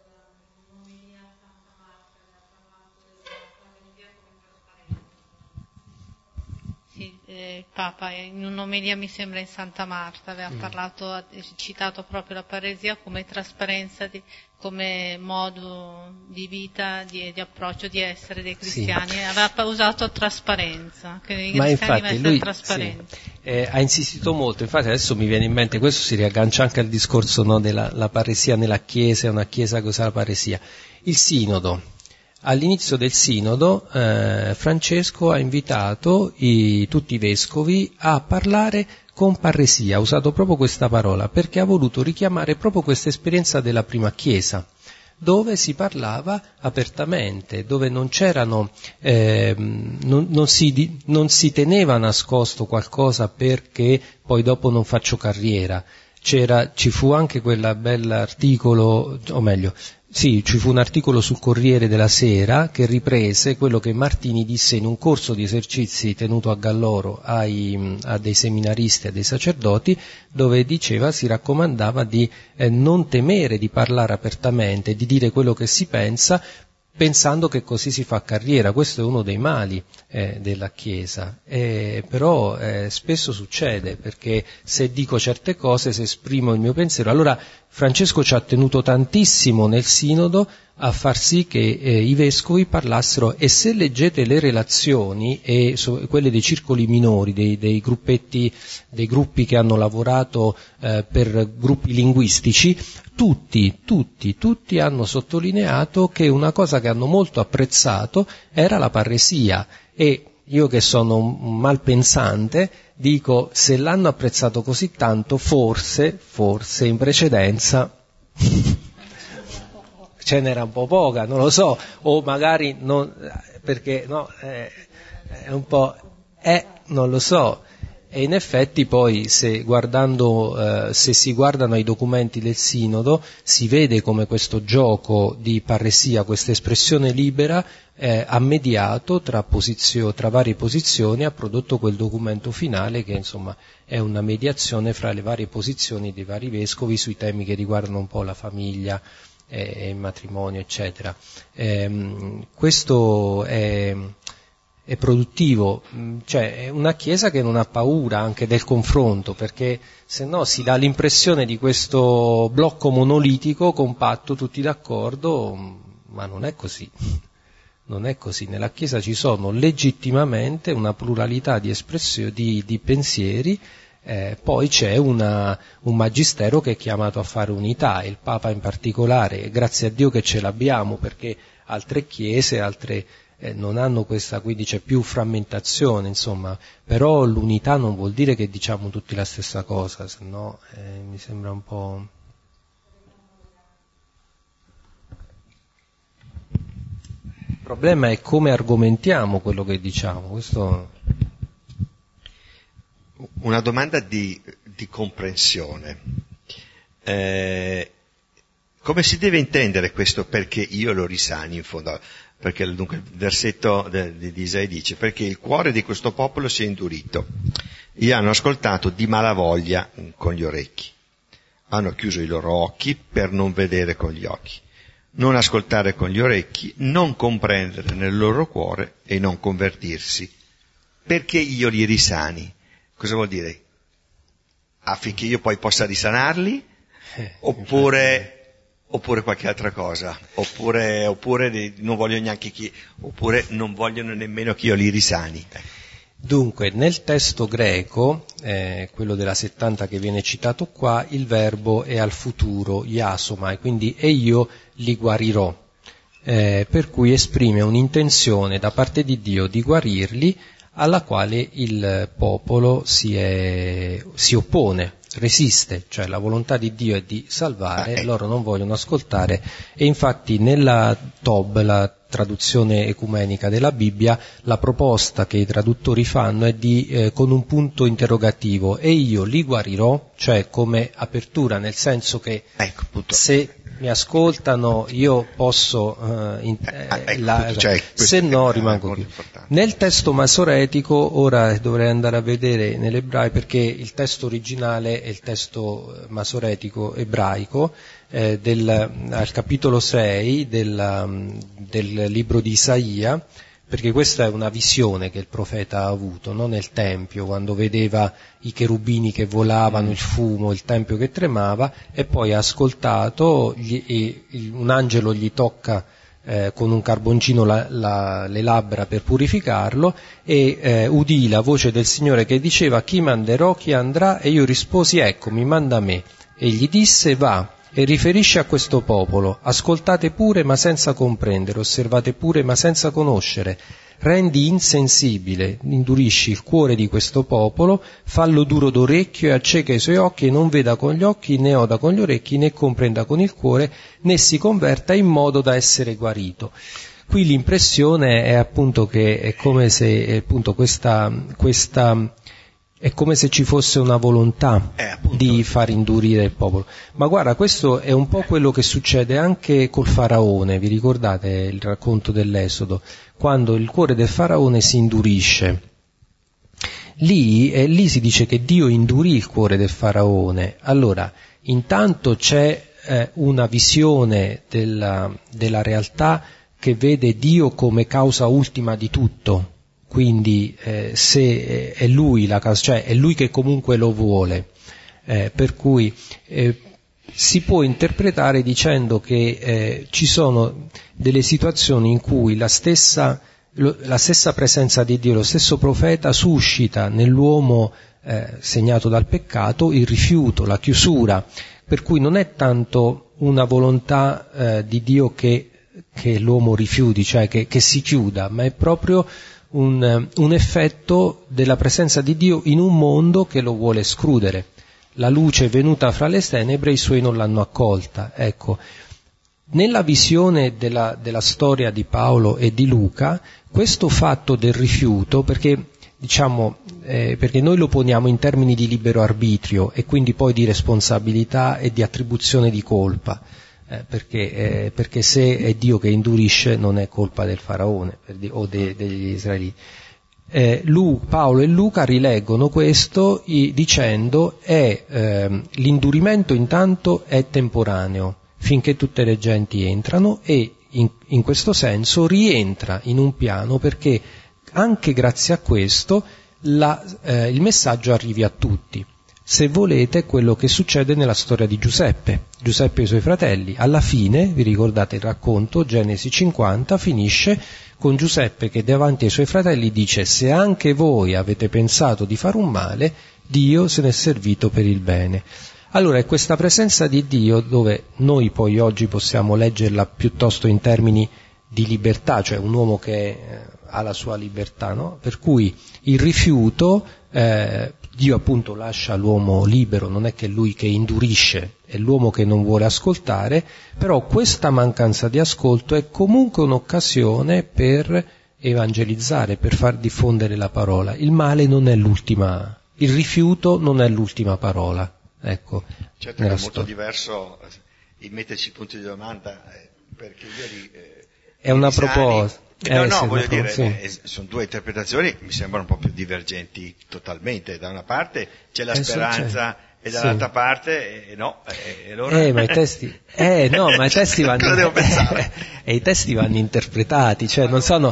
Sì, eh, il Papa in un'omelia, mi sembra in Santa Marta, aveva mm. parlato, ha citato proprio la paresia come trasparenza, di, come modo di vita, di, di approccio, di essere dei cristiani. Sì. Aveva usato trasparenza, che i Ma cristiani infatti devono essere lui trasparenti. Sì, eh, ha insistito molto, infatti adesso mi viene in mente, questo si riaggancia anche al discorso, no, della la paresia nella Chiesa, una Chiesa che usa la paresia. Il Sinodo. All'inizio del Sinodo eh, Francesco ha invitato i, tutti i vescovi a parlare con parresia, ha usato proprio questa parola, perché ha voluto richiamare proprio questa esperienza della prima Chiesa, dove si parlava apertamente, dove non c'erano, eh, non, non, si, non si teneva nascosto qualcosa perché poi dopo non faccio carriera. C'era, ci fu anche quella bella articolo, o meglio, sì, ci fu un articolo sul Corriere della Sera che riprese quello che Martini disse in un corso di esercizi tenuto a Galloro ai, a dei seminaristi, a dei sacerdoti, dove diceva, si raccomandava di eh, non temere di parlare apertamente, di dire quello che si pensa, pensando che così si fa carriera. Questo è uno dei mali eh, della Chiesa, eh, però eh, spesso succede, perché se dico certe cose, se esprimo il mio pensiero, allora Francesco ci ha tenuto tantissimo nel Sinodo a far sì che eh, i vescovi parlassero, e se leggete le relazioni, e so, quelle dei circoli minori, dei, dei gruppetti, dei gruppi che hanno lavorato eh, per gruppi linguistici, tutti, tutti, tutti hanno sottolineato che una cosa che hanno molto apprezzato era la parresia, e io che sono un malpensante dico, se l'hanno apprezzato così tanto, forse, forse in precedenza ce n'era un po' poca, non lo so, o magari non, perché no, è, è un po', eh, non lo so. E in effetti poi se guardando, eh, se si guardano i documenti del Sinodo, si vede come questo gioco di parresia, questa espressione libera, eh, ha mediato tra, posizio, tra varie posizioni, ha prodotto quel documento finale che insomma è una mediazione fra le varie posizioni dei vari vescovi sui temi che riguardano un po' la famiglia e il matrimonio, eccetera. Eh, questo è... è produttivo, cioè è una Chiesa che non ha paura anche del confronto, perché se no si dà l'impressione di questo blocco monolitico, compatto, tutti d'accordo, ma non è così, non è così. Nella Chiesa ci sono legittimamente una pluralità di espressioni, di, di pensieri, eh, poi c'è una, un magistero che è chiamato a fare unità, il Papa in particolare, e grazie a Dio che ce l'abbiamo, perché altre chiese, altre eh, non hanno questa, quindi c'è più frammentazione, insomma, però l'unità non vuol dire che diciamo tutti la stessa cosa, se no eh, mi sembra un po'... Il problema è come argomentiamo quello che diciamo, questo... Una domanda di, di comprensione. Eh, come si deve intendere questo perché io lo risani in fondo? Perché dunque, il versetto di Isaia dice: perché il cuore di questo popolo si è indurito, e hanno ascoltato di malavoglia con gli orecchi, hanno chiuso i loro occhi per non vedere con gli occhi, non ascoltare con gli orecchi, non comprendere nel loro cuore e non convertirsi, perché io li risani. Cosa vuol dire? Affinché io poi possa risanarli? Eh, oppure... Oppure qualche altra cosa, oppure, oppure non voglio neanche chi, oppure non vogliono nemmeno che io li risani. Dunque, nel testo greco, eh, quello della settanta che viene citato qua, il verbo è al futuro, iasomai, quindi e io li guarirò, eh, per cui esprime un'intenzione da parte di Dio di guarirli, alla quale il popolo si, è, si oppone, resiste, cioè la volontà di Dio è di salvare, loro non vogliono ascoltare, e infatti nella Tob, la traduzione ecumenica della Bibbia, la proposta che i traduttori fanno è di eh, con un punto interrogativo, e io li guarirò, cioè come apertura, nel senso che ecco, se mi ascoltano io posso eh, in, eh, ecco, la, cioè, se no rimango qui. Nel testo masoretico, ora dovrei andare a vedere nell'ebraico, perché il testo originale è il testo masoretico ebraico eh, del, al capitolo sei del, del libro di Isaia, perché questa è una visione che il profeta ha avuto, no? Nel Tempio, quando vedeva i cherubini che volavano, il fumo, il Tempio che tremava, e poi ha ascoltato, gli, e, il, un angelo gli tocca eh, con un carboncino la, la, le labbra per purificarlo, e eh, udì la voce del Signore che diceva: chi manderò, chi andrà? E io risposi: ecco, mi manda a me. E gli disse: va e riferisce a questo popolo, ascoltate pure ma senza comprendere, osservate pure ma senza conoscere, rendi insensibile, indurisci il cuore di questo popolo, fallo duro d'orecchio e acceca i suoi occhi, e non veda con gli occhi, né oda con gli orecchi, né comprenda con il cuore, né si converta in modo da essere guarito. Qui l'impressione è appunto che è come se appunto questa, questa è come se ci fosse una volontà eh, di far indurire il popolo. Ma guarda, questo è un po' quello che succede anche col faraone, vi ricordate il racconto dell'Esodo? Quando il cuore del faraone si indurisce. Lì, eh, lì si dice che Dio indurì il cuore del faraone. Allora, intanto c'è eh, una visione della, della realtà che vede Dio come causa ultima di tutto. Quindi eh, se è lui la causa, cioè è lui che comunque lo vuole, eh, per cui eh, si può interpretare dicendo che eh, ci sono delle situazioni in cui la stessa, lo, la stessa presenza di Dio, lo stesso profeta suscita nell'uomo eh, segnato dal peccato il rifiuto, la chiusura, per cui non è tanto una volontà eh, di Dio che, che l'uomo rifiuti, cioè che, che si chiuda, ma è proprio Un, un effetto della presenza di Dio in un mondo che lo vuole escludere. La luce è venuta fra le tenebre, i suoi non l'hanno accolta. Ecco, nella visione della, della storia di Paolo e di Luca, questo fatto del rifiuto, perché diciamo, eh, perché noi lo poniamo in termini di libero arbitrio e quindi poi di responsabilità e di attribuzione di colpa. Eh, perché, eh, perché se è Dio che indurisce non è colpa del faraone di, o de, degli israeliti. Eh, Lu, Paolo e Luca rileggono questo i, dicendo è eh, l'indurimento intanto è temporaneo finché tutte le genti entrano, e in, in questo senso rientra in un piano perché anche grazie a questo la, eh, il messaggio arrivi a tutti. Se volete, quello che succede nella storia di Giuseppe, Giuseppe e i suoi fratelli. Alla fine, vi ricordate il racconto, Genesi cinquanta, finisce con Giuseppe che davanti ai suoi fratelli dice: se anche voi avete pensato di fare un male, Dio se n'è servito per il bene. Allora è questa presenza di Dio dove noi poi oggi possiamo leggerla piuttosto in termini di libertà, cioè un uomo che eh, ha la sua libertà, no? Per cui il rifiuto, eh, Dio appunto lascia l'uomo libero, non è che è lui che indurisce, è l'uomo che non vuole ascoltare, però questa mancanza di ascolto è comunque un'occasione per evangelizzare, per far diffondere la parola. Il male non è l'ultima, il rifiuto non è l'ultima parola. Ecco, certo che è molto diverso il metterci punti di domanda, eh, perché ieri eh, è una Pisani, proposta. Eh, no, eh, no, sì, voglio dire, sì. eh, sono due interpretazioni, mi sembrano un po' più divergenti totalmente. Da una parte c'è la Eh, speranza e dall'altra sì. parte eh, no. Eh, allora... eh, ma i testi, eh, no, ma i testi vanno, Cosa devo pensare? e i testi vanno interpretati, cioè non sono.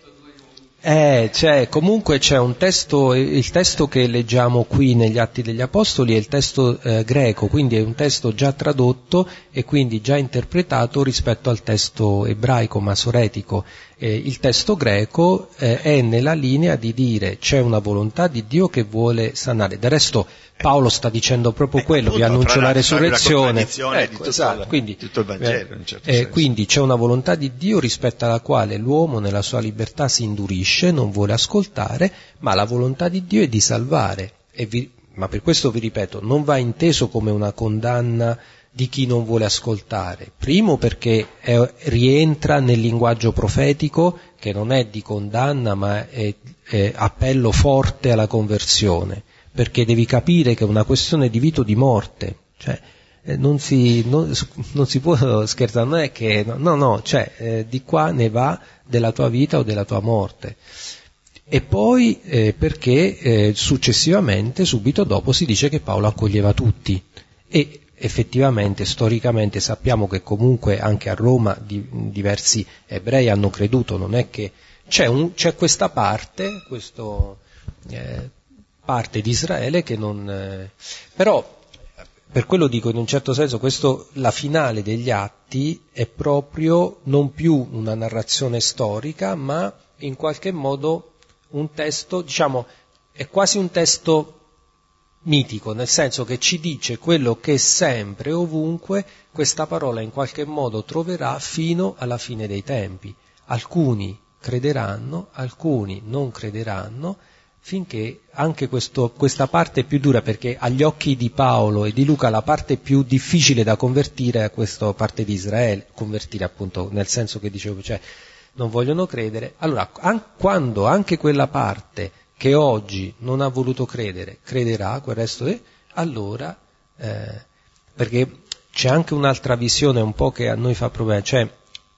Eh, cioè, comunque c'è un testo, il testo che leggiamo qui negli Atti degli Apostoli è il testo eh, greco, quindi è un testo già tradotto e quindi già interpretato rispetto al testo ebraico masoretico. Eh, il testo greco eh, è nella linea di dire c'è una volontà di Dio che vuole sanare. Del resto Paolo sta dicendo proprio ecco, quello, vi appunto, annuncio la resurrezione. Ecco, Ecco, di esatto, tutto, quindi, tutto il Vangelo, in un certo eh, senso. quindi c'è una volontà di Dio rispetto alla quale l'uomo nella sua libertà si indurisce, non vuole ascoltare, ma la volontà di Dio è di salvare. E vi, ma per questo vi ripeto, non va inteso come una condanna di chi non vuole ascoltare. Primo perché è, rientra nel linguaggio profetico che non è di condanna ma è, è appello forte alla conversione, perché devi capire che è una questione di vita o di morte, cioè eh, non, si, non, non si può scherzare, non è che no no, cioè eh, di qua ne va della tua vita o della tua morte. E poi eh, perché eh, successivamente, subito dopo, si dice che Paolo accoglieva tutti e effettivamente, storicamente sappiamo che comunque anche a Roma di, diversi ebrei hanno creduto, non è che c'è, un, c'è questa parte, questo eh, parte di Israele che non... Eh, però per quello dico in un certo senso questo, la finale degli Atti è proprio non più una narrazione storica ma in qualche modo un testo, diciamo, è quasi un testo mitico, nel senso che ci dice quello che sempre, ovunque, questa parola in qualche modo troverà fino alla fine dei tempi. Alcuni crederanno, alcuni non crederanno, finché anche questo, questa parte è più dura, perché agli occhi di Paolo e di Luca la parte più difficile da convertire è questa parte di Israele, convertire appunto nel senso che dicevo, cioè non vogliono credere. Allora, an- quando anche quella parte che oggi non ha voluto credere, crederà, quel resto è, allora, eh, perché c'è anche un'altra visione un po' che a noi fa problema, cioè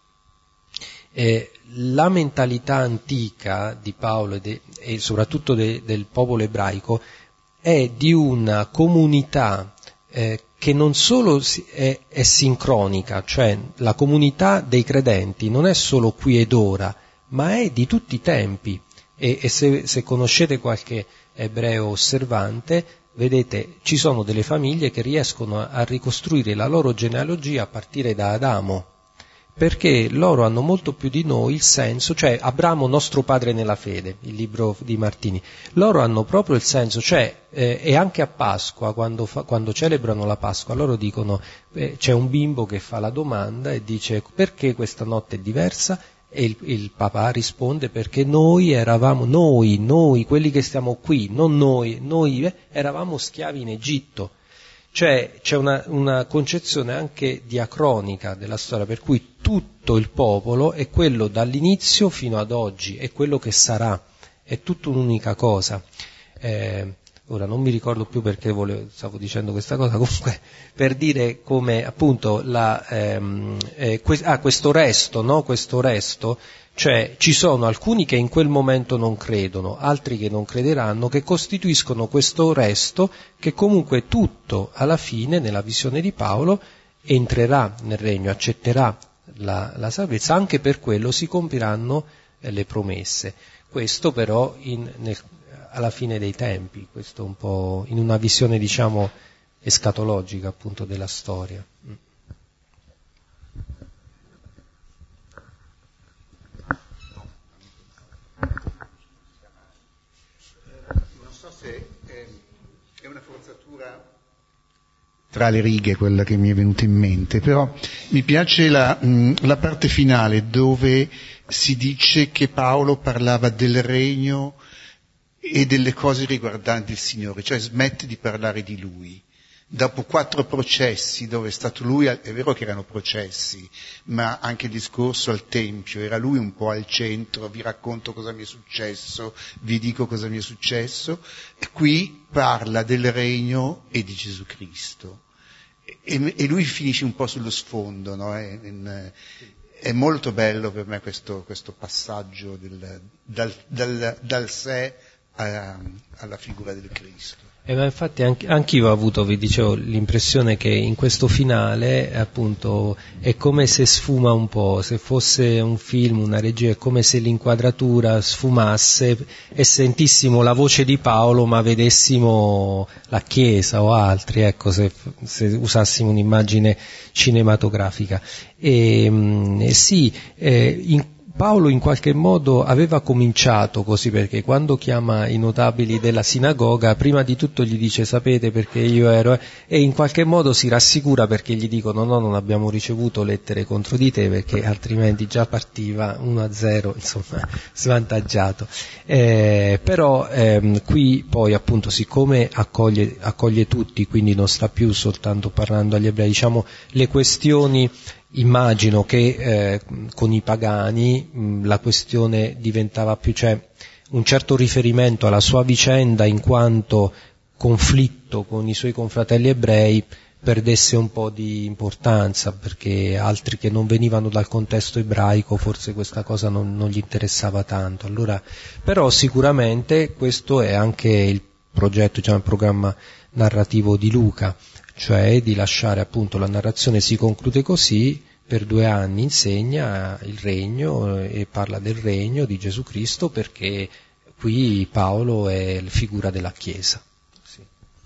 eh, la mentalità antica di Paolo e, de, e soprattutto de, del popolo ebraico è di una comunità eh, che non solo è, è sincronica, cioè la comunità dei credenti non è solo qui ed ora, ma è di tutti i tempi. E, e se, se conoscete qualche ebreo osservante, vedete, ci sono delle famiglie che riescono a, a ricostruire la loro genealogia a partire da Adamo, perché loro hanno molto più di noi il senso, cioè Abramo nostro padre nella fede, il libro di Martini, loro hanno proprio il senso, cioè eh, e anche a Pasqua, quando, fa, quando celebrano la Pasqua, loro dicono, eh, c'è un bimbo che fa la domanda e dice perché questa notte è diversa? E il, il papà risponde perché noi eravamo, noi, noi, quelli che stiamo qui, non noi, noi eh, eravamo schiavi in Egitto. Cioè c'è una, una concezione anche diacronica della storia, per cui tutto il popolo è quello dall'inizio fino ad oggi, è quello che sarà, è tutta un'unica cosa. Eh, ora non mi ricordo più perché volevo, stavo dicendo questa cosa, comunque per dire come appunto la, ehm, eh, que- ah, questo resto, no? Questo resto, cioè ci sono alcuni che in quel momento non credono, altri che non crederanno, che costituiscono questo resto che comunque tutto alla fine, nella visione di Paolo, entrerà nel regno, accetterà la, la salvezza, anche per quello si compiranno eh, le promesse. Questo però in, nel, alla fine dei tempi, questo un po' in una visione diciamo escatologica appunto della storia. Non so se è una forzatura tra le righe quella che mi è venuta in mente, però mi piace la, mh, la parte finale dove si dice che Paolo parlava del regno e delle cose riguardanti il Signore, cioè smette di parlare di lui. Dopo quattro processi dove è stato lui, è vero che erano processi, ma anche il discorso al Tempio, era lui un po' al centro, vi racconto cosa mi è successo, vi dico cosa mi è successo, e qui parla del regno e di Gesù Cristo. E, e lui finisce un po' sullo sfondo, no? È, in, è molto bello per me questo, questo passaggio del, dal, dal, dal sé a, alla figura del Cristo. Eh, ma infatti anche, anch'io ho avuto, vi dicevo, l'impressione che in questo finale appunto è come se sfuma un po', se fosse un film, una regia, è come se l'inquadratura sfumasse e sentissimo la voce di Paolo ma vedessimo la Chiesa o altri, ecco, se, se usassimo un'immagine cinematografica. E, e sì, eh, in Paolo in qualche modo aveva cominciato così, perché quando chiama i notabili della sinagoga prima di tutto gli dice sapete perché io ero, e in qualche modo si rassicura perché gli dicono no, non abbiamo ricevuto lettere contro di te perché altrimenti già partiva uno a zero, insomma, svantaggiato. Eh, però ehm, qui poi appunto siccome accoglie, accoglie tutti, quindi non sta più soltanto parlando agli ebrei, diciamo le questioni. Immagino che eh, con i pagani mh, la questione diventava più, cioè un certo riferimento alla sua vicenda in quanto conflitto con i suoi confratelli ebrei perdesse un po' di importanza, perché altri che non venivano dal contesto ebraico forse questa cosa non, non gli interessava tanto. Allora, però sicuramente questo è anche il progetto, diciamo il programma narrativo di Luca, cioè di lasciare appunto la narrazione si conclude così, per due anni insegna il regno e parla del regno di Gesù Cristo, perché qui Paolo è la figura della Chiesa. Sì.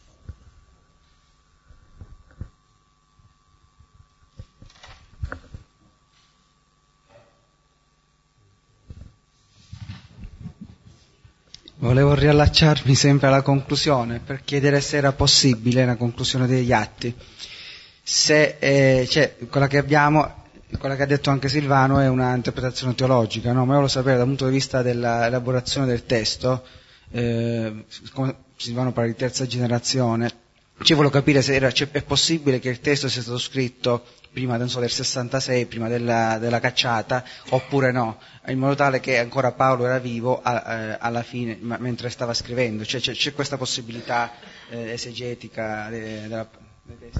Volevo riallacciarmi sempre alla conclusione per chiedere se era possibile la conclusione degli atti. Se eh, cioè, quella che abbiamo, quella che ha detto anche Silvano è una interpretazione teologica, no? Ma io volevo sapere dal punto di vista dell'elaborazione del testo, eh, come Silvano parla di terza generazione, ci volevo capire se era, cioè, è possibile che il testo sia stato scritto prima non so, del sessantasei, prima della, della cacciata, oppure no, in modo tale che ancora Paolo era vivo a, eh, alla fine, ma, mentre stava scrivendo, cioè c'è, c'è questa possibilità eh, esegetica de, della, dei testi.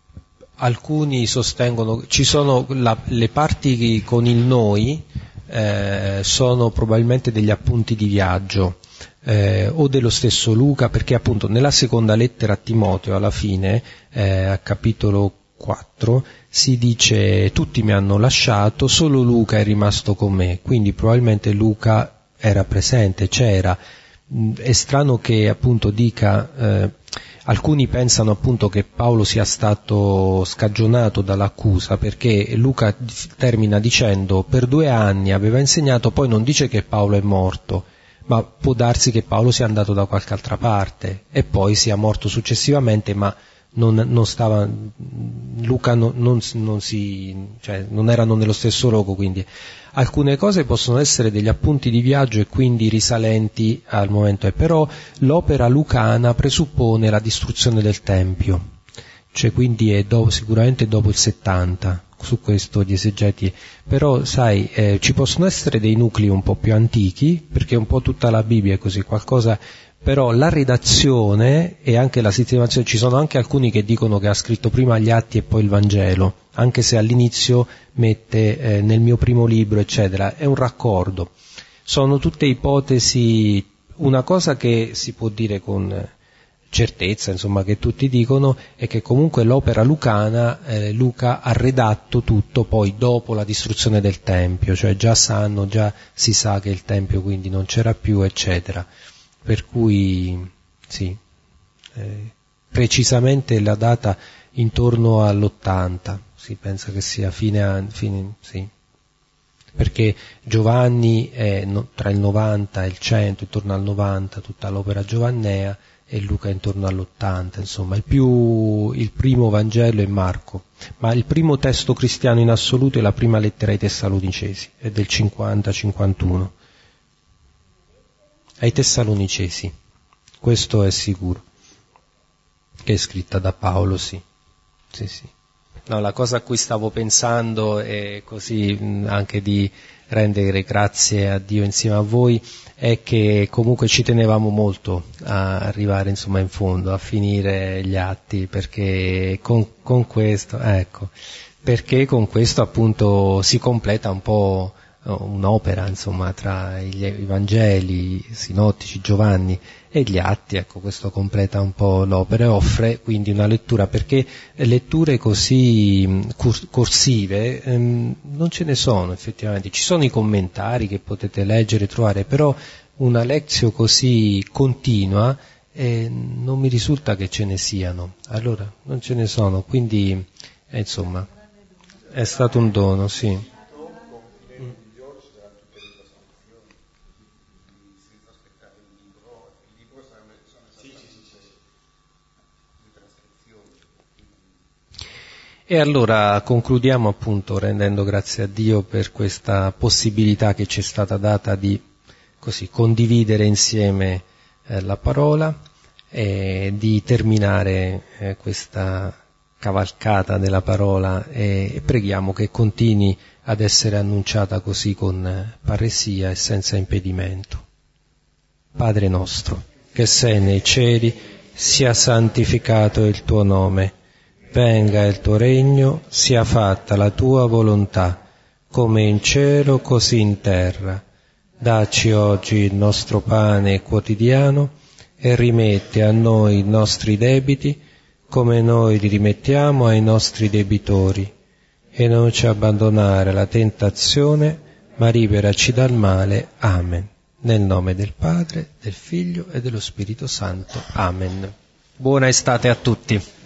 Alcuni sostengono, ci sono la, le parti con il noi eh, sono probabilmente degli appunti di viaggio eh, o dello stesso Luca, perché appunto nella seconda lettera a Timoteo alla fine, eh, a capitolo quattro, si dice tutti mi hanno lasciato, solo Luca è rimasto con me, quindi probabilmente Luca era presente, c'era. È strano che appunto dica, eh, alcuni pensano appunto che Paolo sia stato scagionato dall'accusa, perché Luca termina dicendo per due anni aveva insegnato, poi non dice che Paolo è morto, ma può darsi che Paolo sia andato da qualche altra parte e poi sia morto successivamente, ma non, non stava, Luca non, non, non si, cioè non erano nello stesso luogo, quindi alcune cose possono essere degli appunti di viaggio e quindi risalenti al momento, e però l'opera lucana presuppone la distruzione del Tempio, cioè quindi è dopo, sicuramente dopo il settanta, su questo gli esegeti, però sai, eh, ci possono essere dei nuclei un po' più antichi, perché un po' tutta la Bibbia è così, qualcosa, però la redazione e anche la sistemazione, ci sono anche alcuni che dicono che ha scritto prima gli Atti e poi il Vangelo, anche se all'inizio mette eh, nel mio primo libro eccetera, è un raccordo, sono tutte ipotesi. Una cosa che si può dire con certezza, insomma, che tutti dicono, è che comunque l'opera lucana, eh, Luca ha redatto tutto poi dopo la distruzione del Tempio, cioè già sanno, già si sa che il Tempio quindi non c'era più eccetera, per cui sì, eh, precisamente la data intorno all'ottanta, si pensa che sia fine anni, fine, sì, perché Giovanni è no, tra il novanta e il cento, intorno al novanta, tutta l'opera giovannea, e Luca intorno all'ottanta, insomma. Il, più, il primo Vangelo è Marco, ma il primo testo cristiano in assoluto è la prima lettera ai Tessalonicesi, è del cinquanta cinquantuno. Ai Tessalonicesi, questo è sicuro, che è scritta da Paolo, sì. Sì, sì. No, la cosa a cui stavo pensando è così anche di rendere grazie a Dio insieme a voi, è che comunque ci tenevamo molto a arrivare insomma in fondo, a finire gli atti, perché con, con questo, ecco, perché con questo appunto si completa un po' un'opera, insomma, tra gli, i Vangeli, i Sinottici, Giovanni e gli Atti, ecco, questo completa un po' l'opera e offre quindi una lettura, perché letture così corsive ehm, non ce ne sono effettivamente, ci sono i commentari che potete leggere e trovare, però una lezione così continua eh, non mi risulta che ce ne siano, allora non ce ne sono, quindi eh, insomma è stato un dono, sì. E allora concludiamo appunto rendendo grazie a Dio per questa possibilità che ci è stata data di così condividere insieme eh, la parola e di terminare eh, questa cavalcata della parola e, e preghiamo che continui ad essere annunciata così con parresia e senza impedimento. Padre nostro, che sei nei cieli, sia santificato il tuo nome. Venga il tuo regno, sia fatta la tua volontà, come in cielo così in terra. Dacci oggi il nostro pane quotidiano e rimetti a noi i nostri debiti, come noi li rimettiamo ai nostri debitori. E non ci abbandonare alla tentazione, ma liberaci dal male. Amen. Nel nome del Padre, del Figlio e dello Spirito Santo. Amen. Buona estate a tutti.